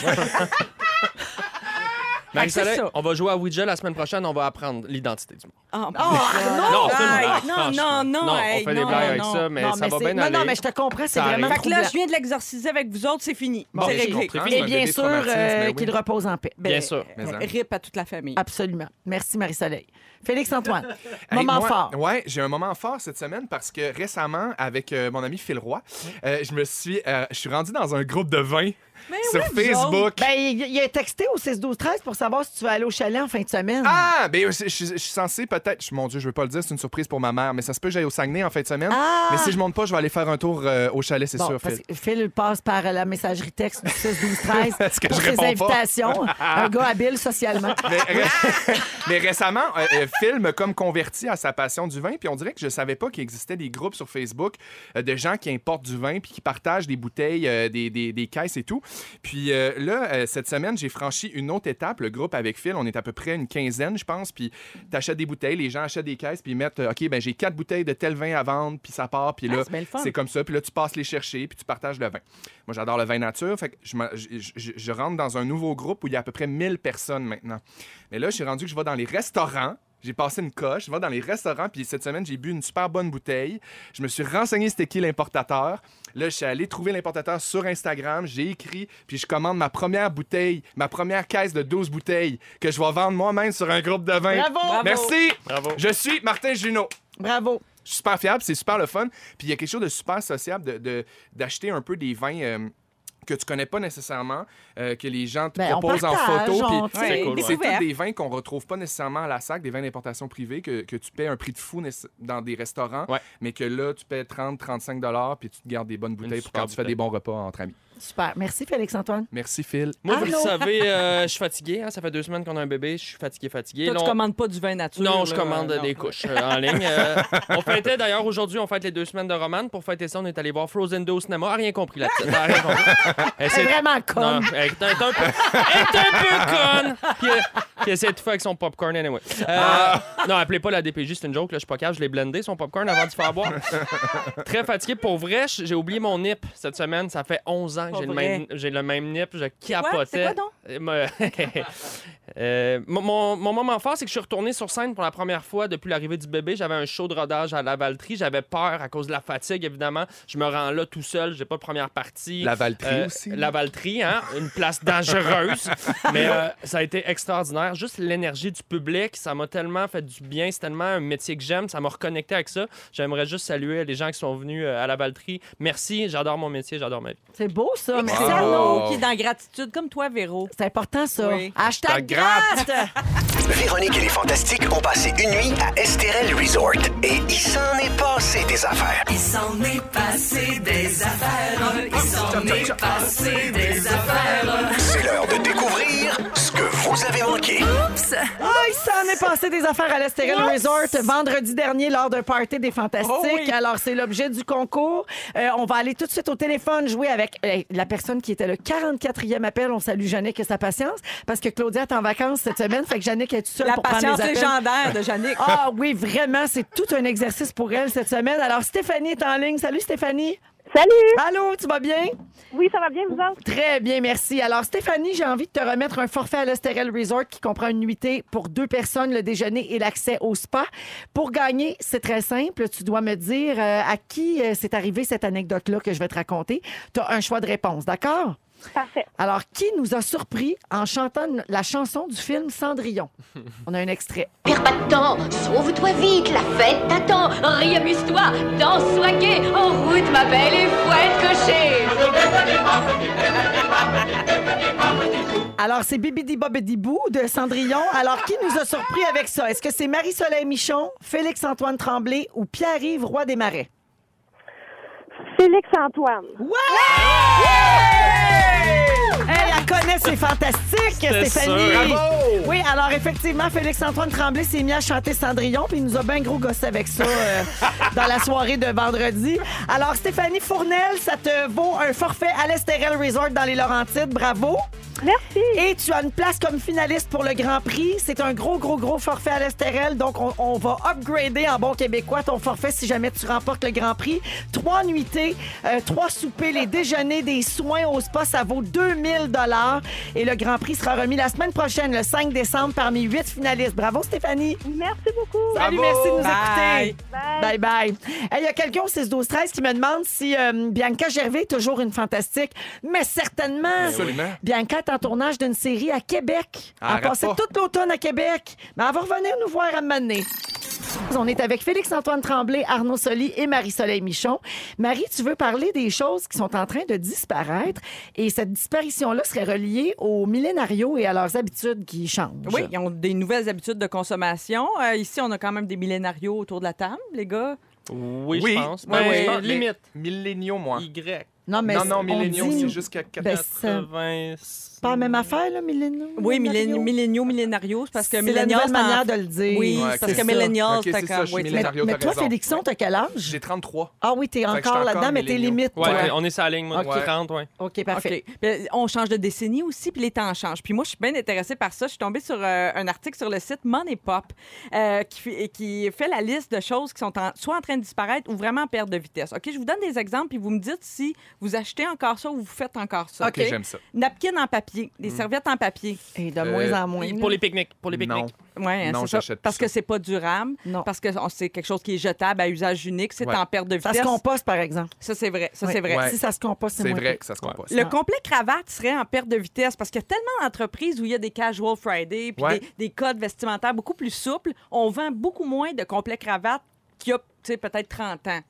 Marie-Soleil, c'est ça. on va jouer à Ouija la semaine prochaine, on va apprendre l'identité du monde. Ah, Oh, Non, c'est une Hey, blague, non, franchement. non, non, Non, hey, on fait des non, blagues avec non. ça, mais non, ça mais va c'est- bien aller. non, non, mais je te comprends, c'est Ça vraiment arrive. Fait que là, troublant. je viens de l'exorciser avec vous autres, c'est fini. Bon, c'est je réglé. comprends. Et C'est un bien bébé sûr traumatisme, euh, mais oui. qu'il repose en paix. Ben, Bien sûr. Mais en- Rip à toute la famille. Absolument. Merci, Marie-Soleil. Félix-Antoine, Hey, moment moi- fort. Ouais, j'ai un moment fort cette semaine parce que récemment, avec euh, mon ami Phil Roy, euh, je me suis, euh, je suis rendu dans un groupe de vin Mais sur oui, vous Facebook. Ben, il, il a texté au six douze treize pour savoir si tu veux aller au chalet en fin de semaine. Ah, ben je, je- je suis censé peut-être, je- mon Dieu, je veux pas le dire, c'est une surprise pour ma mère, mais ça se peut que j'aille au Saguenay en fin de semaine. Ah! Mais si je monte pas, je vais aller faire un tour euh, au chalet, c'est Bon, sûr, parce Phil. que Phil passe par la messagerie texte du six douze treize Est-ce que pour je ses réponds pas? invitations. Un gars habile socialement. Mais, ré- mais récemment, euh, euh, Phil m'a comme converti à sa passion du vin, puis on dirait que je savais pas qu'il existait des groupes sur Facebook euh, de gens qui importent du vin puis qui partagent des bouteilles, euh, des, des- des caisses et tout. Puis euh, là, euh, cette semaine, j'ai franchi une autre étape, le groupe avec Phil. On est à peu près une quinzaine, je pense, puis t'achètes des bouteilles, les gens achètent des caisses, puis ils mettent, euh, OK, ben j'ai quatre bouteilles de tel vin à vendre, puis ça part, puis Ah, là, c'est bien le fun. c'est comme ça, puis là, tu passes les chercher, puis tu partages le vin. Moi, j'adore le vin nature, fait que je, m'en- je- je- je rentre dans un nouveau groupe où il y a à peu près mille personnes maintenant. Mais là, je suis rendu que je vais dans les restaurants. J'ai passé une coche, je vais dans les restaurants, puis cette semaine, j'ai bu une super bonne bouteille. Je me suis renseigné c'était qui l'importateur. Là, je suis allé trouver l'importateur sur Instagram, j'ai écrit, puis je commande ma première bouteille, ma première caisse de douze bouteilles que je vais vendre moi-même sur un groupe de vin. Bravo! Bravo! Merci! Bravo. Je suis Martin Junot. Bravo. Je suis super fiable, c'est super le fun. Puis il y a quelque chose de super sociable de, de- d'acheter un peu des vins euh, que tu connais pas nécessairement, euh, que les gens te Ben, on proposent en partage, photo. on- Puis tu sais, Ouais, cool, ouais. c'est tous découverte. des vins qu'on retrouve pas nécessairement à la sac, des vins d'importation privée que, que tu paies un prix de fou nécess- dans des restaurants, Ouais. mais que là, tu paies trente à trente-cinq dollars puis tu te gardes des bonnes bouteilles pour super quand tu fais bouteille. des bons repas entre amis. Super. Merci, Félix-Antoine. Merci, Phil. Moi, vous le Allô? savez, euh, je suis fatigué. Hein, ça fait deux semaines qu'on a un bébé. Je suis fatigué, fatigué. Toi, Là, tu on- commandes pas du vin nature. Non, je là, commande non. des couches euh, en ligne. Euh, on fêtait d'ailleurs aujourd'hui, on fête les deux semaines de Romane. Pour fêter ça, on est allé voir Frozen deux au cinéma. Elle a rien compris là-dessus. Elle a rien compris. Elle C'est s'est- vraiment Non, con. elle est un, elle est un peu, elle est un peu conne. Puis, euh, puis elle essaie de faire avec son popcorn anyway. Euh, non, appelez pas la D P J, c'est une joke. Là, je suis pas capable, je l'ai blendé son popcorn avant de faire boire. Très fatigué. Pour vrai, j'ai oublié mon nip cette semaine. Ça fait onze ans que Pas j'ai le, vrai. même, j'ai le même nip. Je C'est quoi? capotais. C'est quoi donc? Euh, me- Euh, mon, mon- mon moment fort, c'est que je suis retourné sur scène pour la première fois depuis l'arrivée du bébé. J'avais un show de rodage à Lavaltrie. J'avais peur à cause de la fatigue, évidemment. Je me rends là tout seul. J'ai pas de première partie. La Valtrie Euh, aussi. La Valtrie, hein? Une place dangereuse. Mais euh, ça a été extraordinaire. Juste l'énergie du public, ça m'a tellement fait du bien. C'est tellement un métier que j'aime. Ça m'a reconnecté avec ça. J'aimerais juste saluer les gens qui sont venus euh, à la Valtrie. Merci. J'adore mon métier. J'adore ma vie. C'est beau, ça. Merci Wow. à nous. Arnaud, qui est dans gratitude, comme toi, Véro. C'est important, ça. Oui. Hashtag Ta gratte. gratte. Véronique et les Fantastiques ont passé une nuit à Esterel Resort. Et il s'en est passé des affaires. Il s'en est passé des affaires. Il s'en est passé des affaires. C'est l'heure de découvrir ce que vous avez manqué. Oups! Ah, il s'en est passé des affaires à l'Estérel Resort vendredi dernier lors d'un party des Fantastiques. Oh oui. Alors, c'est l'objet du concours. Euh, on va aller tout de suite au téléphone jouer avec euh, la personne qui était le quarante-quatrième appel. On salue Jannick et sa patience parce que Claudia est en vacances cette semaine. Fait que Jannick est toute seule La pour prendre patience les appels. légendaire de Jannick. Ah oui, vraiment, c'est tout un exercice pour elle cette semaine. Alors, Stéphanie est en ligne. Salut, Stéphanie. Salut! Allô, tu vas bien? Oui, ça va bien, vous autres? Très bien, merci. Alors, Stéphanie, j'ai envie de te remettre un forfait à l'Estérel Resort qui comprend une nuitée pour deux personnes, le déjeuner et l'accès au spa. Pour gagner, c'est très simple. Tu dois me dire euh, à qui euh, c'est arrivé cette anecdote-là que je vais te raconter. Tu as un choix de réponse, d'accord? Parfait. Alors, qui nous a surpris en chantant la chanson du film Cendrillon? On a un extrait. Perds pas de temps, sauve-toi vite, la fête t'attend. Ris, amuse-toi, danse, sois gai. En route, ma belle, et faut être cochée. Alors, c'est Bibidi Bobidi Bou de Cendrillon. Alors, qui nous a surpris avec ça? Est-ce que c'est Marie-Soleil Michon, Félix-Antoine Tremblay ou Pierre-Yves Roy des Marais? Félix-Antoine. Hey, elle connaît, c'est fantastique, Stéphanie. sûr. Bravo! Oui, alors effectivement, Félix-Antoine Tremblay s'est mis à chanter Cendrillon, puis il nous a bien gros gossé avec ça euh, dans la soirée de vendredi. Alors, Stéphanie Fournel, ça te vaut un forfait à l'Estérel Resort dans les Laurentides. Bravo. Merci. Et tu as une place comme finaliste pour le Grand Prix. C'est un gros, gros, gros forfait à l'Estérel. Donc, on, on va upgrader en bon québécois ton forfait si jamais tu remportes le Grand Prix. Trois nuitées, euh, trois soupers, les déjeuners, des soins au spa, ça vaut deux mille dollars. Et le Grand Prix sera remis la semaine prochaine, le cinq décembre, parmi huit finalistes. Bravo, Stéphanie. Merci beaucoup. Salut, Bravo. merci de nous Bye. écouter. Bye. Bye bye. Il y a quelqu'un au six douze treize qui me demande si euh, Bianca Gervais est toujours une fantastique. Mais certainement. Absolument. Bianca est en tournage d'une série à Québec. Elle a Arrête passé pas. toute l'automne à Québec. Mais elle va revenir nous voir à un moment donné. On est avec Félix-Antoine Tremblay, Arnaud Soli et Marie-Soleil Michon. Marie, tu veux parler des choses qui sont en train de disparaître et cette disparition-là serait reliée aux millénarios et à leurs habitudes qui changent. Oui, ils ont des nouvelles habitudes de consommation. Euh, ici, on a quand même des millénarios autour de la table, les gars. Oui, Oui. je pense. Ouais, Ben, ouais. je pense, Les limite. Milléniaux, moi. Y. Non, mais non, non, on milléniaux, dit- c'est jusqu'à quatre- Ben, c'est quatre-vingts. pas la même affaire, là, milléniaux? Oui, millénarios? milléniaux, milléniaux, millénarios, c'est parce que C'est la millennials, nouvelle manière de le dire. Oui, Ouais, c'est ok. parce que C'est ça. millennials, Ok, c'était c'est ça, comme... je suis oui, Mais, millénario, mais t'as toi, raison. Félixon, t'as quel âge? J'ai trente-trois. Ah oui, t'es que je suis encore encore là-dedans, mais t'es milléniaux. limite. Ouais, toi. ouais, on est sur la ligne, moi. Ok. trente, ouais. OK, parfait. OK. Puis, on change de décennie aussi, puis les temps changent. Puis moi, je suis bien intéressée par ça. Je suis tombée sur euh, un article sur le site Money Pop euh, qui, fait, qui fait la liste de choses qui sont en- soit en train de disparaître ou vraiment en perte de vitesse. OK, je vous donne des exemples, puis vous me dites si vous achetez encore ça ou vous faites encore ça. OK, j'aime ça. Napkin en papier, des serviettes en papier. Et de Euh, moins en moins. Pour les pique-niques. Pour les Non. pique-niques. Oui, Non, c'est ça. j'achète plus Parce ça. que c'est pas durable, Non. parce que on- c'est quelque chose qui est jetable à usage unique, c'est Ouais. en perte de Ça vitesse. se composte, par exemple. Ça, c'est vrai. Ça, Oui. c'est vrai. Ouais. Si ça se composte, c'est C'est moins vrai pire. que ça se composte. Le Ah. complet cravate serait en perte de vitesse parce qu'il y a tellement d'entreprises où il y a des casual Friday puis Ouais. des, des codes vestimentaires beaucoup plus souples. On vend beaucoup moins de complets cravates qu'il y a tu sais, peut-être trente ans. Ouais.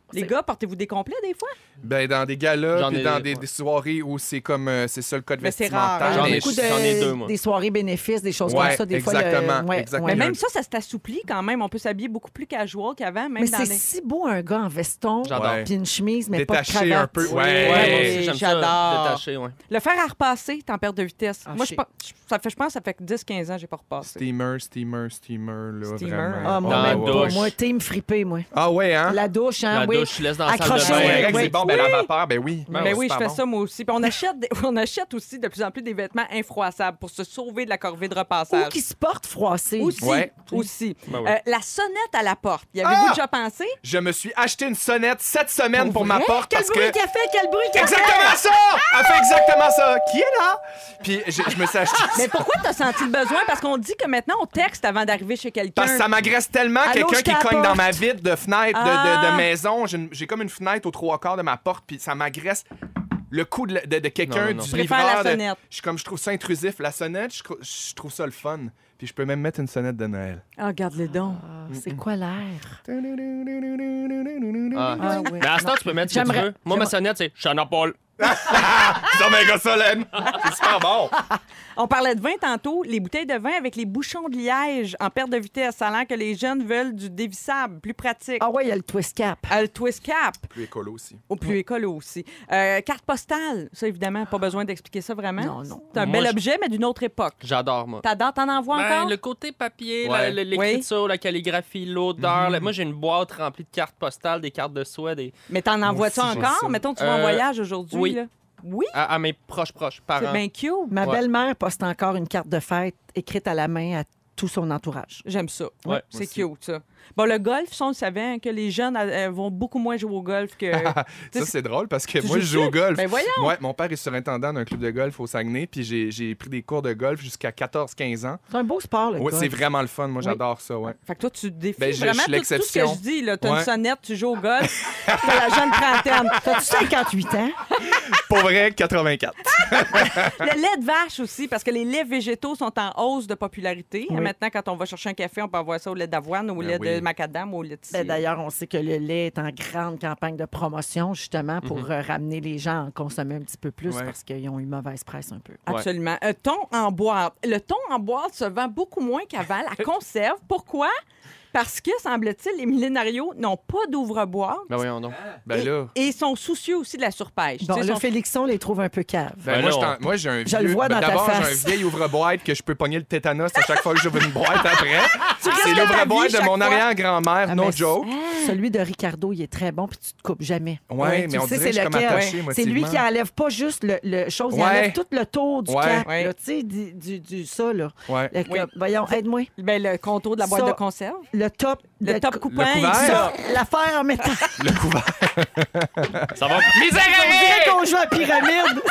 Les gars, portez-vous des complets des fois? Ben, dans des galas, J'en puis ai- dans des, ouais. des soirées où c'est comme euh, c'est ça le code Mais c'est rare, vestimentaire. hein. J'en ai- mais Beaucoup je- j'en ai de, deux, moi. des soirées bénéfices, des choses Ouais, comme ça. Des fois, exactement, le- ouais, exactement. ouais. Mais même ça, ça s'assouplit quand même. On peut s'habiller beaucoup plus casual qu'avant, même Mais dans c'est les... si beau un gars en veston, J'adore. Ouais. puis une chemise, mais Détaché pas de un cravate. peu. Oui, Ouais. Ouais, moi Oui, aussi, j'aime j'adore. ça. Détaché, ouais. Le fer à repasser, t'es en perte de vitesse. Ah, Moi, je, shit. pense- ça fait, je pense que ça fait dix quinze ans que j'ai pas repassé. Steamer, steamer, steamer, là, Steamer. vraiment. Ah, moi, Dans même la pas. douche. Moi, team fripé, moi. Ah ouais, hein? La douche, hein, La oui. douche, tu laisses dans la salle de Accroché, Ah, bain. ouais, oui. c'est bon, ben la vapeur, ben oui. Ben Ben, oui, je super fais bon. ça moi aussi. Puis on achète, des- on achète aussi de plus en plus des vêtements infroissables pour se sauver de la corvée de Ou repassage. qui se porte froissé. Aussi, Ouais. aussi. Ben oui. Euh, la sonnette à la porte. Y avez-vous Ah! déjà pensé? Je me suis acheté une sonnette cette semaine pour, Pour ma vrai? porte Quel parce bruit que... qu'elle fait, quel bruit qu'elle fait! Exactement ça! Elle fait exactement ça! Qui est là? Puis je, je me suis acheté... Mais pourquoi t'as senti le besoin? Parce qu'on dit que maintenant, on texte avant d'arriver chez quelqu'un. Parce que ça m'agresse tellement, Allô, quelqu'un je qui cogne t'apporte. dans ma vitre de fenêtre de, de- Ah. de maison. J'ai une- J'ai comme une fenêtre aux trois quarts de ma porte, puis ça m'agresse le coup de, de- de quelqu'un, Non, non, non. du Je préfère livreur. la de- sonnette. je, comme, je trouve ça intrusif. La sonnette, je, trou- je trouve ça le fun. Puis je peux même mettre une sonnette de Noël. Ah, regarde les dons. Ah, c'est quoi l'air? Ah. Ah, oui. Mais à ce temps, tu peux mettre ce que tu J'aimerais- veux. Moi, ma sonnette, c'est Chana Paul. C'est méga solennel! C'est super bon! On parlait de vin tantôt. Les bouteilles de vin avec les bouchons de liège en perte de vitesse. Ça a l'air que les jeunes veulent du dévissable, plus pratique. Ah ouais, il y a le twist cap. Ah, le twist cap, Plus écolo aussi. au plus écolo aussi. Euh, carte postale, ça évidemment, pas besoin d'expliquer ça vraiment. Non, non. C'est un Moi, bel je- objet, mais d'une autre époque. J'adore, moi. T'adores, t'en envoies Ben, encore? le côté papier, Ouais. la- la- l'écriture, la calligraphie, l'odeur. là, Moi, j'ai une boîte remplie de cartes postales, des cartes de soie, des... Mais t'en envoies-tu aussi, j'ai encore? ça. Mettons, tu vas en Euh, voyage aujourd'hui. oui. Là. Oui? à, à mes proches, proches, C'est parents. bien cute. Ma Ouais. belle-mère poste encore une carte de fête écrite à la main à tout son entourage. J'aime ça. Ouais, C'est aussi. cute, ça. Bon, le golf, ça, on le savait, hein, que les jeunes euh, vont beaucoup moins jouer au golf que... Ça, c'est drôle parce que Tu moi, je joues-tu? joue au golf. Ben voyons! Ouais, mon père est surintendant d'un club de golf au Saguenay, puis j'ai- j'ai pris des cours de golf jusqu'à quatorze quinze ans. C'est un beau sport, le Ouais, golf. c'est vraiment le fun. Moi, Oui. j'adore ça, ouais. Fait que toi, tu défies Ben, je- vraiment je suis tout, tout ce que l'exception. je dis. Là. T'as une Ouais. sonnette, tu joues au golf, t'as la jeune trentaine. T'as-tu cinquante-huit ans? Pour vrai, quatre-vingt-quatre. Le lait de vache aussi, parce que les laits végétaux sont en hausse de popularité. Oui. Maintenant, quand on va chercher un café, on peut avoir ça au lait d'avoine, au Ben lait oui. de macadam, au lait de Ben, cire. D'ailleurs, on sait que le lait est en grande campagne de promotion, justement, pour euh, ramener les gens à en consommer un petit peu plus Ouais. parce qu'ils ont eu mauvaise presse un peu. Absolument. Un thon en boîte. Le thon en boîte se vend beaucoup moins qu'avant. La conserve. Pourquoi? Parce que, semble-t-il, les millénarios n'ont pas d'ouvre-boîte Ben voyons donc. Ben et, là. et sont soucieux aussi de la surpêche. Bon, Tu sais, là, sont- Félixon les trouve un peu caves. Ben, Ben moi, là, je on- t'en- moi, j'ai un Je vieux... le vois ben, dans ta D'abord, j'ai face. un vieil ouvre-boîte que je peux pogner le tétanos à chaque fois que j'ouvre une boîte après. Tu restes C'est à ta l'ouvre-boîte vie de chaque mon fois. arrière-grand-mère, Ah, no mais joke. Celui de Ricardo, il est très bon, puis tu te coupes jamais. Ouais, tu mais on sais, dirait que je suis comme lequel. attaché C'est lui émotivement. qui enlève pas juste le, le chose, il Ouais. enlève tout le tour du Ouais. cap. Ouais. là, Tu sais, du, du, du- ça, là. Ouais. Le- Oui. Voyons, aide-moi. Ben, le contour de la boîte Ça- de conserve. Le top. Le top cou- coupant. le couvert. il Ça, sort. l'affaire en métal. Le couvert. Ça va. On dirait qu'on joue à pyramide.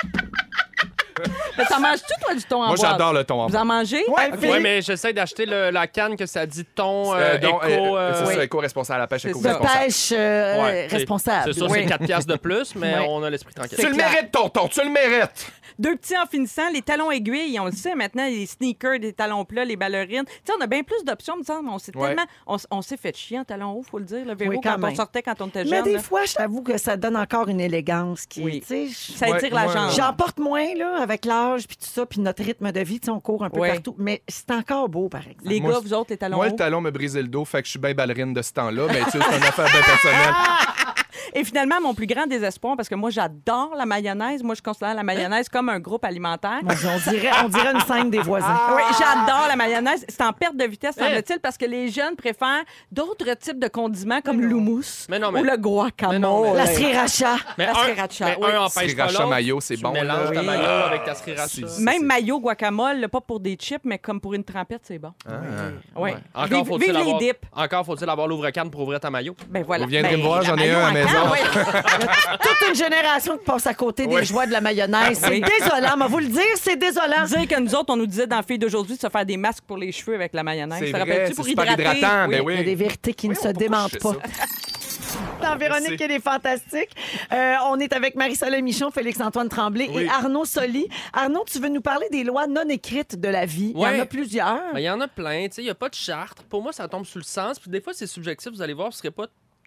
Mais t'en manges-tu, toi, du thon en Moi, boîte? j'adore le thon en Vous en mangez? Ouais, Ok. Oui, mais j'essaie d'acheter le- la canne que ça dit thon, euh, Euh, donc, éco. euh, euh, c'est oui. ça, éco-responsable, la pêche C'est De ça. éco-responsable. pêche euh, ouais, c'est- responsable. C'est sûr, Oui. c'est quatre piastres de plus, mais Oui. on a l'esprit tranquille. Tu le clair. mérites, tonton, tu le mérites. Deux petits en finissant, les talons aiguilles, on le sait maintenant, les sneakers, les talons plats, les ballerines. Tu sais, on a bien plus d'options, me semble. On s'est Ouais. tellement... On, s- on s'est fait chier en talons hauts, faut le dire, le Véro, Oui, quand quand, on même. sortait, quand on était Mais jeune. des là. fois, je t'avoue que ça donne encore une élégance qui, Oui. tu sais, je- Ça étire Ouais, la moi, jambe. J'en porte moins, là, avec l'âge, puis tout ça, puis notre rythme de vie, tu sais, on court un peu Ouais. partout. Mais c'est encore beau, par exemple. Les Moi, gars, vous autres, les talons Moi, hauts. le talon me brisait le dos, fait que je suis bien ballerine de ce temps-là, mais tu sais, c'est une affaire bien personnelle. Et finalement, mon plus grand désespoir, parce que moi, j'adore la mayonnaise. Moi, je considère la mayonnaise comme un groupe alimentaire. Mon Dieu, on, dirait, on dirait une scène des voisins. Oui, j'adore la mayonnaise. C'est en perte de vitesse, semble-t-il, parce que les jeunes préfèrent d'autres types de condiments comme l'houmous Mais non, mais- ou le Mais non, guacamole. mais- La sriracha. Mais La un, sriracha, mais oui. un empêche pas Sriracha l'autre. mayo, c'est Tu bon, mélanges là. ta Oui. mayo avec ta sriracha. C'est- Même mayo guacamole, là, pas pour des chips, mais comme pour une trempette, c'est bon. Ah. Oui. Encore Vive, faut-il vive les avoir, dips. encore faut-il avoir l'ouvre-canne pour ouvrir ta maillot. Ben voilà. Vous viendrez Ben, me voir, la j'en ai mayo un à en la maison. temps, oui. Toute une génération qui passe à côté des Oui. joies de la mayonnaise. C'est Oui. désolant. Mais vous le dire, c'est désolant. Dire que nous autres, on nous disait dans Filles d'aujourd'hui de se faire des masques pour les cheveux avec la mayonnaise. C'est Ça vrai, rappelle-tu c'est pour super hydrater? hydratant, ben Il y a oui. des vérités qui ne se Voyons, démentent pas. pourquoi je fais Dans Véronique, Merci. elle est fantastique. Euh, on est avec Marie-Soleil Michon, Félix-Antoine Tremblay Oui. et Arnaud Soli. Arnaud, tu veux nous parler des lois non écrites de la vie. Il y Ouais. en a plusieurs. Ben, il y en a plein. tu sais, Il n'y a pas de charte. Pour moi, ça tombe sous le sens. Puis des fois, c'est subjectif. Vous allez voir, vous ne serez pas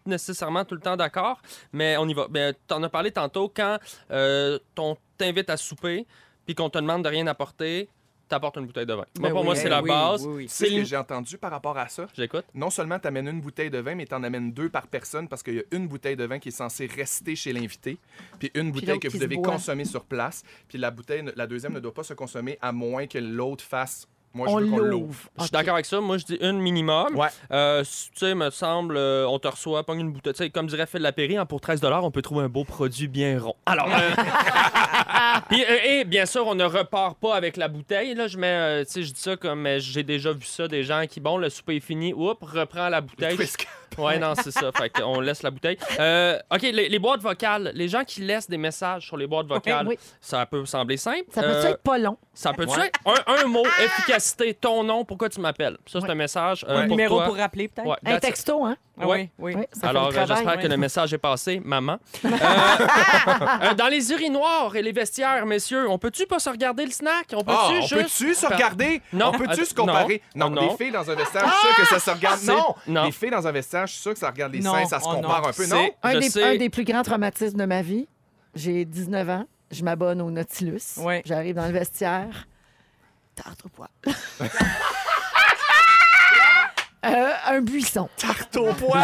nécessairement tout le temps d'accord, mais on y va. Ben, t'en as parlé tantôt, quand euh, on t'invite à souper puis qu'on te demande de rien apporter, t'apportes une bouteille de vin. Moi, Ben pour oui, moi, c'est ben la oui, base. oui, oui. Tu sais C'est ce que lim- j'ai entendu par rapport à ça? J'écoute. Non seulement tu amènes une bouteille de vin, mais tu en amènes deux par personne parce qu'il y a une bouteille de vin qui est censée rester chez l'invité, puis une bouteille l'autre que qui vous se devez boit. consommer sur place, puis la bouteille, la deuxième ne doit pas se consommer à moins que l'autre fasse. Moi, je On veux qu'on l'ouvre. l'ouvre. Je suis Ok. d'accord avec ça. Moi, je dis une minimum. Ouais. Euh, tu sais, me semble, euh, on te reçoit, pogne une bouteille. Tu sais, comme dirait Phil Lapéry, hein, pour treize dollars, on peut trouver un beau produit bien rond. Alors, euh, puis, euh, et bien sûr, on ne repart pas avec la bouteille. Là, je mets, euh, tu sais, je dis ça comme mais j'ai déjà vu ça, des gens qui, bon, le souper est fini, oups, reprend la bouteille. Twist. Ouais, non, c'est ça. Fait qu'on laisse la bouteille. Euh, OK, les, les boîtes vocales. Les gens qui laissent des messages sur les boîtes vocales, oui. ça peut sembler simple. Ça peut Euh, être pas long? ça peut-tu Ouais. être un, un mot, efficacité, ton nom, pourquoi tu m'appelles? Ça, c'est Ouais. un message euh, Ouais. Un pour numéro toi. pour rappeler, peut-être? Ouais, Un that's it. texto, hein? Ah Ouais. oui, oui. Oui, ça fait Alors, le euh, travail. j'espère que le message est passé, maman. Euh, euh, dans les urinoirs et les vestiaires, messieurs, on peut-tu pas se regarder le snack? On peut-tu Ah, on juste... peut-tu se regarder? Non. On peut-tu se Attends, comparer? non. Non, Non. les filles dans un vestiaire, je suis sûr que ça se regarde. C'est- Non! non. Les filles dans un vestiaire, je suis sûr que ça regarde les Non. seins, ça se Oh, compare non. un peu, C'est- non? Un Je des, sais. un des plus grands traumatismes de ma vie. J'ai dix-neuf ans. Je m'abonne au Nautilus. Ouais. J'arrive dans le vestiaire. Tarte au poil. Euh, un buisson. Tarte au poil!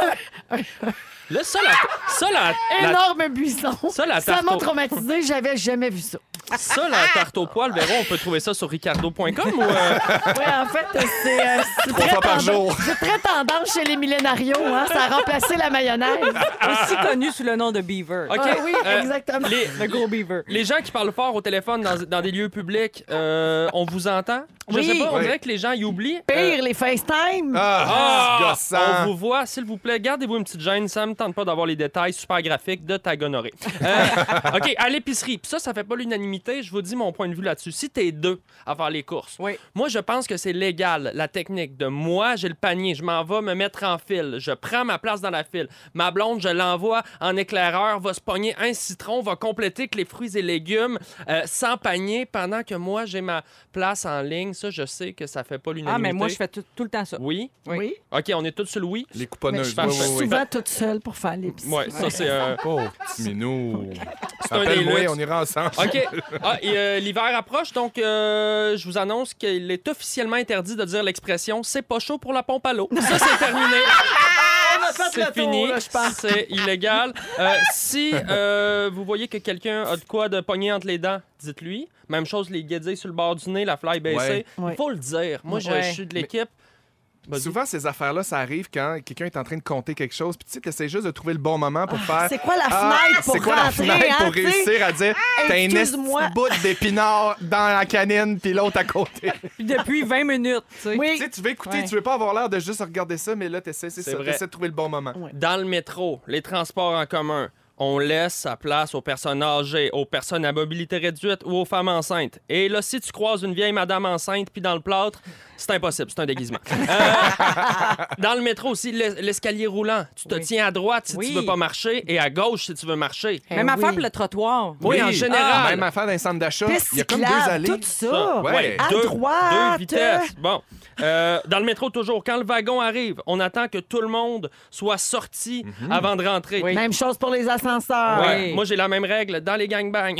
Là, ça, la... Ça, la... la- Énorme buisson. Ça, la Ça tarte m'a au- traumatisé. J'avais jamais vu ça. ça, la tarte au poil, Véro, on peut trouver ça sur ricardo point com ou... euh, Oui, en fait, c'est euh, c'est Trois très fois par tendance- jour. C'est très tendance chez les millénarios. Hein? Ça a remplacé la mayonnaise. Aussi connu sous le nom de Beaver. OK. Ah oui, euh, exactement. les... Le gros Beaver. les gens qui parlent fort au téléphone dans, dans des lieux publics, euh, on vous entend? Je Oui. sais pas, on Oui. dirait que les gens y oublient. Pire, Euh, les FaceTime. Ah, Ah, c'est on gossant. vous voit, s'il vous plaît, gardez-vous une petite gêne. Ça me tente pas d'avoir les détails super graphiques de ta gonorrhée. Euh, OK, à l'épicerie. Puis ça, ça fait pas l'unanimité. Je vous dis mon point de vue là-dessus. Si t'es deux à faire les courses, Oui. moi, je pense que c'est légal, la technique de moi, j'ai le panier, je m'en vais me mettre en file. Je prends ma place dans la file. Ma blonde, je l'envoie en éclaireur, va se pogner un citron, va compléter que les fruits et légumes euh, sans panier pendant que moi, j'ai ma place en ligne. Ça, je sais que ça fait pas l'unanimité. Ah, mais moi, je fais tout, tout le temps ça. Oui? Oui. Oui. OK, on est tous sur le oui. Les Mais couponneuses. je Oui, suis oui, oui. souvent toute seule pour faire l'épicerie. Ouais, ça, c'est un... Oh, petit minou. C'est un des Appelle-moi, luttes. on ira ensemble. OK. Ah, et, euh, l'hiver approche, donc euh, je vous annonce qu'il est officiellement interdit de dire l'expression « c'est pas chaud pour la pompe à l'eau ». Ça, c'est terminé. C'est fini. là, je pense. C'est illégal. Euh, si euh, vous voyez que quelqu'un a de quoi de pogner entre les dents, dites-lui. Même chose, les guédilles sur le bord du nez, la fly baissée. Il Ouais. faut le dire. Moi, je, Ouais. je suis de l'équipe. Vas-y. Souvent, ces affaires-là, ça arrive quand quelqu'un est en train de compter quelque chose, puis tu sais, t'essaies juste de trouver le bon moment pour faire... C'est quoi la Ah, fenêtre pour c'est quoi la rentrer, fenêtre hein, pour tu sais? réussir à dire t'as une excuse-moi. esti bout d'épinard dans la canine puis l'autre à côté. Puis depuis vingt minutes, tu sais. Oui. Tu sais, tu veux écouter, Ouais. tu veux pas avoir l'air de juste regarder ça, mais là, t'essaies, c'est C'est ça, vrai. t'essaies de trouver le bon moment. Ouais. Dans le métro, les transports en commun, on laisse sa place aux personnes âgées, aux personnes à mobilité réduite ou aux femmes enceintes. Et là, si tu croises une vieille madame enceinte puis dans le plâtre, c'est impossible, c'est un déguisement. Euh, dans le métro aussi, l'es- l'escalier roulant. Tu te Oui. tiens à droite si Oui. tu veux pas marcher et à gauche si tu veux marcher. Eh Même oui. affaire pour le trottoir. Oui, en général. Ah, même affaire d'un centre d'achat. Piste Il y a comme deux cyclable, allées. tout ça. Ouais. À deux, droite. deux vitesses. Bon. Euh, dans le métro, toujours, quand le wagon arrive, on attend que tout le monde soit sorti avant de rentrer. Oui. Même chose pour les ascenseurs. Ouais. Oui. Moi, j'ai la même règle dans les gangbangs.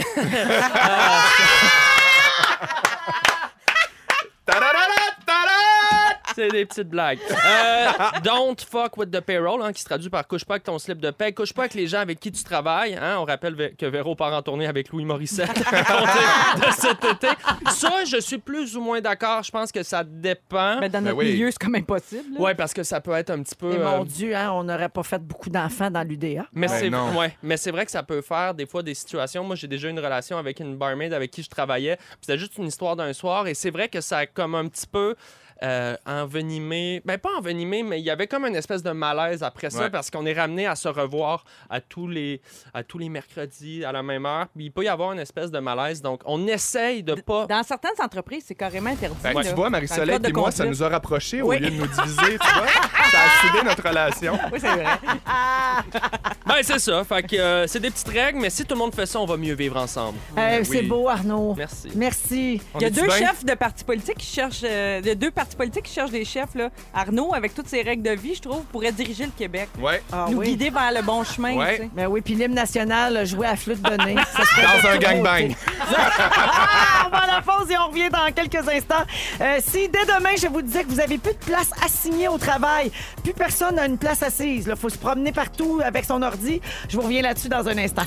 Ta-da-da-da, ta-da! C'est des petites blagues. Euh, don't fuck with the payroll, hein, qui se traduit par couche pas avec ton slip de paie. Couche pas avec les gens avec qui tu travailles. Hein. On rappelle Vé- que Véro part en tournée avec Louis Morissette à compter de cet été. Ça, je suis plus ou moins d'accord. Je pense que ça dépend. Mais dans Ben notre oui. milieu, c'est comme impossible. là. Ouais, parce que ça peut être un petit peu. Et euh, mon Dieu, hein, on n'aurait pas fait beaucoup d'enfants dans l'U D A. Mais Ben c'est non. ouais, mais c'est vrai que ça peut faire des fois des situations. Moi, j'ai déjà eu une relation avec une barmaid avec qui je travaillais. Puis c'était juste une histoire d'un soir. Et c'est vrai que ça a comme un petit peu euh, envenimé. Ben, pas envenimé, mais il y avait comme une espèce de malaise après ça Ouais. parce qu'on est ramené à se revoir à tous les, à tous les mercredis à la même heure. Puis il peut y avoir une espèce de malaise. Donc, on essaye de pas. Dans certaines entreprises, c'est carrément interdit. Ben, là. tu vois, Dans le Marie-Soleil code de et moi, ça conduite. nous a rapprochés au Oui. lieu de nous diviser, tu vois. Ça a soudé notre relation. Oui, c'est vrai. Ben, c'est ça. Fait que euh, c'est des petites règles, mais si tout le monde fait ça, on va mieux vivre ensemble. Euh, C'est oui. beau, Arnaud. Merci. Merci. On Il y a est-tu deux bien? chefs de partis politiques qui cherchent. euh, il y a deux partis parti politique qui cherche des chefs, là, Arnaud, avec toutes ses règles de vie, je trouve, pourrait diriger le Québec. Ouais. Ah, Nous oui. guider vers le bon chemin. Ouais. tu sais. Ben oui, puis l'hymne national joué à flûte de nez. Ça serait Dans de un toute gangbang. beauté. Ah, on va à la pause et on revient dans quelques instants. Euh, si dès demain, je vous disais que vous avez plus de place assignée au travail, plus personne n'a une place assise, il faut se promener partout avec son ordi, je vous reviens là-dessus dans un instant.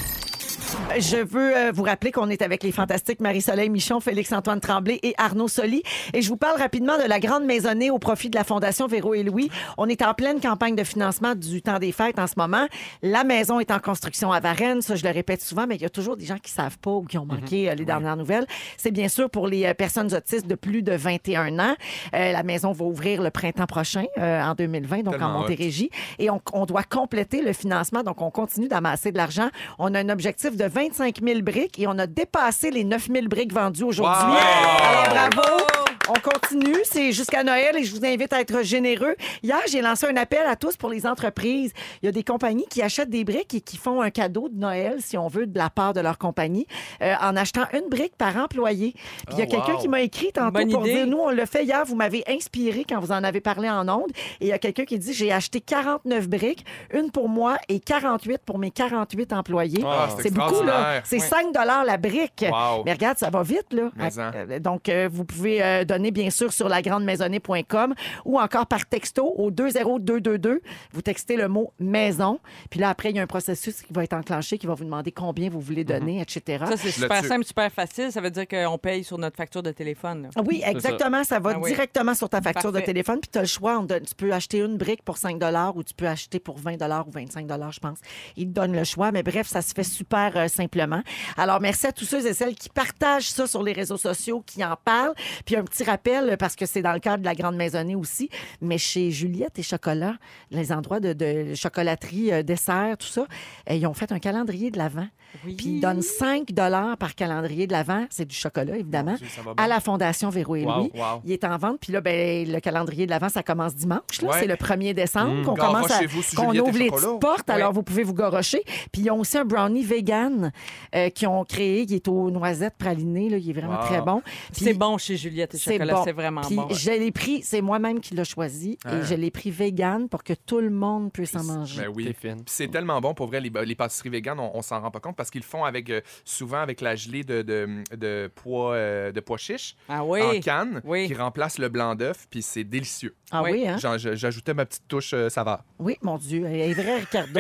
Je veux euh, vous rappeler qu'on est avec les fantastiques Marie-Soleil Michon, Félix-Antoine Tremblay et Arnaud Soli. Et je vous parle rapidement de la grande maisonnée au profit de la Fondation Véro et Louis. On est en pleine campagne de financement du temps des fêtes en ce moment. La maison est en construction à Varennes. Ça, je le répète souvent, mais il y a toujours des gens qui savent pas ou qui ont manqué euh, les dernières nouvelles. C'est bien sûr pour les euh, personnes autistes de plus de vingt et un ans. Euh, la maison va ouvrir le printemps prochain, euh, en deux mille vingt, donc Tellement en Montérégie. Et on, on doit compléter le financement, donc on continue d'amasser de l'argent. On a un objectif de vingt-cinq mille briques et on a dépassé les neuf mille briques vendues aujourd'hui. Wow! Alors, bravo! On continue, c'est jusqu'à Noël et je vous invite à être généreux. Hier, j'ai lancé un appel à tous pour les entreprises. Il y a des compagnies qui achètent des briques et qui font un cadeau de Noël, si on veut, de la part de leur compagnie, euh, en achetant une brique par employé. Puis il y a Oh, quelqu'un wow. qui m'a écrit tantôt Bonne pour idée. dire, nous, on l'a fait hier, vous m'avez inspiré quand vous en avez parlé en ondes. Et il y a quelqu'un qui dit, j'ai acheté quarante-neuf briques, une pour moi et quarante-huit pour mes quarante-huit employés. Ah, c'est c'est beaucoup, là. extraordinaire. C'est cinq dollars la brique. Wow. Mais regarde, ça va vite, là. Mais en. Euh, Donc, euh, vous pouvez euh, donner, bien sûr, sur la grande maisonnée point com ou encore par texto au deux zéro deux deux deux. Vous textez le mot maison. Puis là, après, il y a un processus qui va être enclenché qui va vous demander combien vous voulez donner, et cetera. Ça, c'est super Là-dessus. simple, super facile. Ça veut dire qu'on paye sur notre facture de téléphone. là. Oui, exactement. Ça, va Ah oui. directement sur ta facture Parfait. de téléphone. Puis tu as le choix. On donne- tu peux acheter une brique pour cinq dollars ou tu peux acheter pour vingt dollars ou vingt-cinq dollars, je pense. Ils te donnent le choix. Mais bref, ça se fait super euh, simplement. Alors, merci à tous ceux et celles qui partagent ça sur les réseaux sociaux, qui en parlent. Puis un petit rappel, parce que c'est dans le cadre de la grande maisonnée aussi, mais chez Juliette et Chocolat, les endroits de, de chocolaterie, euh, dessert, tout ça, euh, ils ont fait un calendrier de l'Avent. Oui. Puis ils donnent cinq dollars par calendrier de l'Avent. C'est du chocolat, évidemment, Mon Dieu, ça va bien. à la Fondation Véro et Wow, Louis. wow. Il est en vente. Puis là, ben, le calendrier de l'Avent, ça commence dimanche. là. Ouais. C'est le premier décembre Mmh. qu'on commence à, Garochez-vous sur qu'on Juliette et ouvre les Chocolat. petites portes. Alors, vous pouvez vous gorocher. Puis ils ont aussi un brownie vegan euh, qu'ils ont créé. qui est aux noisettes pralinées. Là. Il est vraiment Wow. très bon. Puis C'est bon chez Juliette et c'est Chocolat. bon. C'est vraiment Puis bon. je l'ai pris, c'est moi-même qui l'ai choisi Ah. et je l'ai pris vegan pour que tout le monde puisse en manger. Ben oui. T'es fine. Puis c'est tellement bon pour vrai, les, les pâtisseries véganes, on, on s'en rend pas compte parce qu'ils le font avec euh, souvent avec la gelée de, de, de pois euh, de pois chiches Ah oui. en canne Oui. qui remplace le blanc d'œuf, puis c'est délicieux. Ah oui, Oui. hein? Genre, je- j'ajoutais ma petite touche euh, saveur. Oui, mon Dieu, elle est vraie, Ricardo.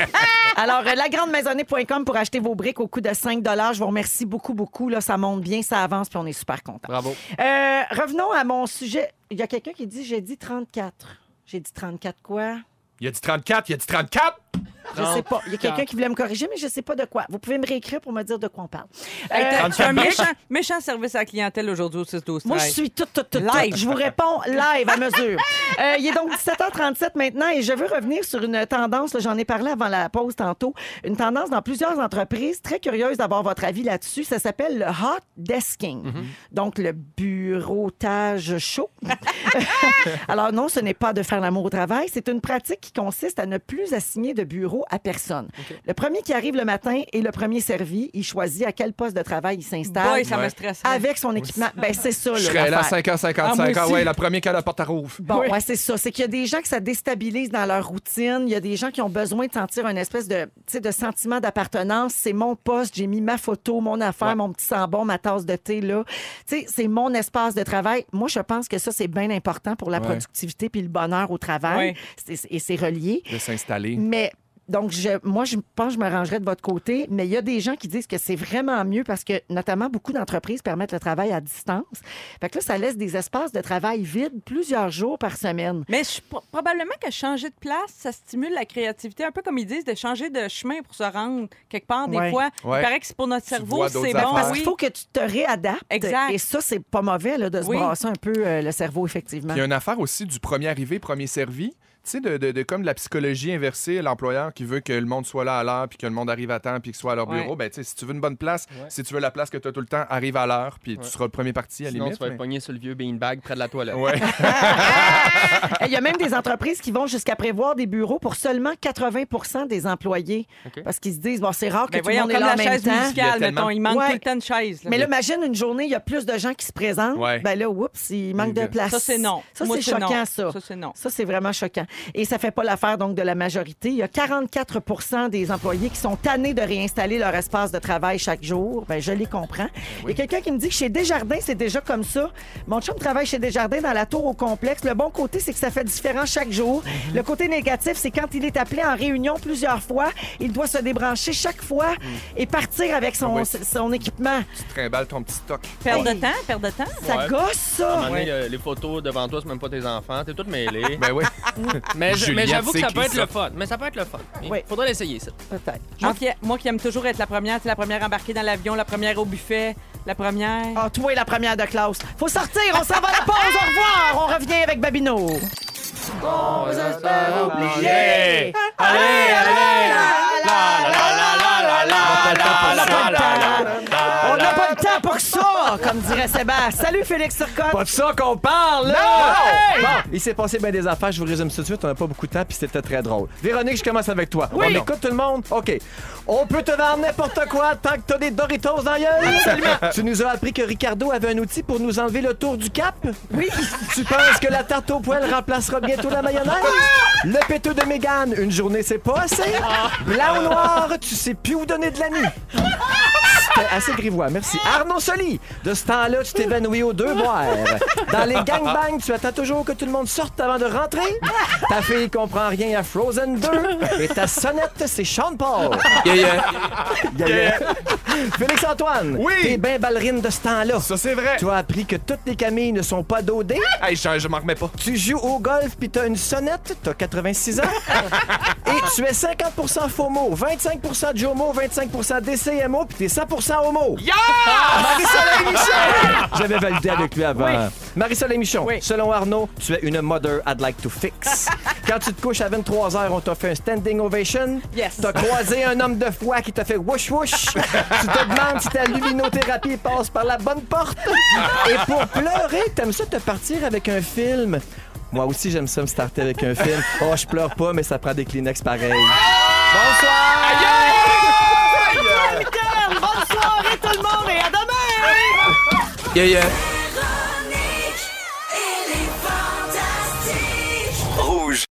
Alors, euh, la grande maisonnée point com pour acheter vos briques au coût de cinq dollars. Je vous remercie beaucoup, beaucoup. Là, ça monte bien, ça avance, puis on est super contents. Bravo. Euh, revenons à mon sujet. Il y a quelqu'un qui dit j'ai dit trente-quatre. J'ai dit trente-quatre quoi? Il a dit trente-quatre, il a dit trente-quatre! Je sais pas. Il y a quelqu'un qui voulait me corriger, mais je sais pas de quoi. Vous pouvez me réécrire pour me dire de quoi on parle. Hey, Euh, t'as- tu as un méchant, méchant service à la clientèle aujourd'hui au six douze Moi, je treize. suis toute, toute, toute, Live. toute. Je vous réponds live à mesure. Euh, il est donc dix-sept heures trente-sept maintenant et je veux revenir sur une tendance, là, j'en ai parlé avant la pause tantôt, une tendance dans plusieurs entreprises, très curieuse d'avoir votre avis là-dessus. Ça s'appelle le hot desking, donc le bureautage chaud. Alors non, ce n'est pas de faire l'amour au travail, c'est une pratique qui consiste à ne plus assigner de bureau à personne. Le premier qui arrive le matin est le premier servi. Il choisit à quel poste de travail il s'installe. Boy, ça me Ouais. stresse. Avec son équipement. Ben, c'est ça, Je là, serais là à l'affaire. cinq heures cinquante-cinq. Ah, moi Ah, aussi. ouais, la première qui a la porte à rouvre. Bon, ouais, c'est ça. C'est qu'il y a des gens que ça déstabilise dans leur routine. Il y a des gens qui ont besoin de sentir une espèce de, tu sais, de sentiment d'appartenance. C'est mon poste, j'ai mis ma photo, mon affaire, Ouais. mon petit sambon, ma tasse de thé, là. Tu sais, c'est mon espace de travail. Moi, je pense que ça, c'est bien important pour la Ouais. productivité puis le bonheur au travail. Ouais. C'est- Et c'est relié. De s'installer. Mais donc, je, moi, je pense que je me rangerais de votre côté, mais il y a des gens qui disent que c'est vraiment mieux parce que, notamment, beaucoup d'entreprises permettent le travail à distance. Fait que là, ça laisse des espaces de travail vides plusieurs jours par semaine. Mais je- pro- probablement que changer de place, ça stimule la créativité, un peu comme ils disent, de changer de chemin pour se rendre quelque part. Des Ouais. fois, Ouais. il paraît que c'est pour notre Tu cerveau, vois c'est d'autres bon. affaires. Parce Oui. qu'il faut que tu te réadaptes. Exact. Et ça, c'est pas mauvais là, de se Oui. brasser un peu euh, le cerveau, effectivement. Puis il y a une affaire aussi du premier arrivé, premier servi. Tu sais, de, de, de comme la psychologie inversée, l'employeur qui veut que le monde soit là à l'heure, puis que le monde arrive à temps, puis qu'il soit à leur Ouais. bureau. Ben, tu sais, si tu veux une bonne place, Ouais. si tu veux la place que tu as tout le temps, arrive à l'heure, puis Ouais. tu seras le premier parti à la Sinon, limite. tu vas mais- être pogné sur le vieux beanbag près de la toilette. Ouais. Il y a même des entreprises qui vont jusqu'à prévoir des bureaux pour seulement quatre-vingts pour cent des employés. OK. Parce qu'ils se disent, bon, c'est rare que Ben tout le voyons, monde est comme là la en même chaise temps. Il y musicale, a tellement- mettons. Il manque Ouais. tout le temps de chaises. là. Mais là, imagine une journée, il y a plus de gens qui se présentent. Ouais. Ben là, oups, il manque de place. Ça, c'est non. Ça, Moi, c'est c'est choquant, non. ça. Ça, c'est non. Ça, c'est vraiment choquant. Et ça fait pas l'affaire, donc, de la majorité. Il y a quarante-quatre pour cent des employés qui sont tannés de réinstaller leur espace de travail chaque jour. Ben, je les comprends. Il y a quelqu'un qui me dit que chez Desjardins, c'est déjà comme ça. Mon chum travaille chez Desjardins dans la tour au complexe. Le bon côté, c'est que ça fait différent chaque jour. Le côté négatif, c'est quand il est appelé en réunion plusieurs fois, il doit se débrancher chaque fois et partir avec son, Ah oui. son équipement. Tu trimbales ton petit stock. Perte de temps, perte de temps. Ça Ouais. gosse, À un ça. moment donné, euh, les photos devant toi, c'est même pas tes enfants. T'es toutes mêlées. Ben oui. mais je- mais Juliette, j'avoue que c'est ça peut qui, être ça? le fun. Mais ça peut être le fun. Il Oui. faudrait l'essayer, ça. Peut-être. Moi qui, moi qui aime toujours être la première, c'est la première embarquée dans l'avion, la première au buffet, la première. Ah, toi et la première de classe. Faut sortir, on s'en va à la pause, au revoir. On revient avec Babino. On vous espère oublier. Allez, allez, on n'a pas le temps pour ça, comme dirait Sébastien. Salut Félix Turcotte. Pas de ça qu'on parle, là! Non! Bon, il s'est passé bien des affaires, je vous résume tout de suite, on n'a pas beaucoup de temps, puis c'était très drôle. Véronique, je commence avec toi. Oui. On écoute tout le monde? OK. On peut te vendre n'importe quoi tant que t'as des Doritos dans la gueule? Absolument. Tu nous as appris que Ricardo avait un outil pour nous enlever le tour du cap? Oui. Tu penses que la tarte au poêle remplacera bientôt la mayonnaise? Le péteux de Mégane, une journée, c'est pas assez? Blanc ou noir, tu sais plus où donner de la nuit. C'était assez grivois, merci. Arnaud Soli, de ce temps-là, tu t'évanouis aux deux boires. Dans les gangbangs, tu attends toujours que tout le monde sorte avant de rentrer. Ta fille comprend rien à Frozen deux. Et ta sonnette, c'est Sean Paul. Yeah, yeah. Yeah, yeah. Félix-Antoine, Oui. t'es bien ballerine de ce temps-là. Ça, c'est vrai. Tu as appris que toutes les Camilles ne sont pas dodées. Hey, je, je m'en remets pas. Tu joues au golf puis t'as une sonnette, t'as quatre-vingt-six ans. Et tu es cinquante pour cent faux mots, vingt-cinq pour cent de Jomo, vingt-cinq pour cent D C M O puis t'es cent pour cent homo. Yeah! Marie-Soleil Michon! J'avais validé avec lui avant. Oui. Marie-Soleil Michon, Oui. selon Arnaud, tu es une mother I'd like to fix. Quand tu te couches à vingt-trois heures, on t'a fait un standing ovation. Yes. T'as croisé un homme de foi qui t'a fait whoosh whoosh. Tu te demandes si ta luminothérapie passe par la bonne porte. Et pour pleurer, t'aimes ça te partir avec un film. Moi aussi, j'aime ça me starter avec un film. Oh, je pleure pas, mais ça prend des Kleenex pareil. Bonsoir! Bonne soirée tout le monde et à demain. Yeah, yeah.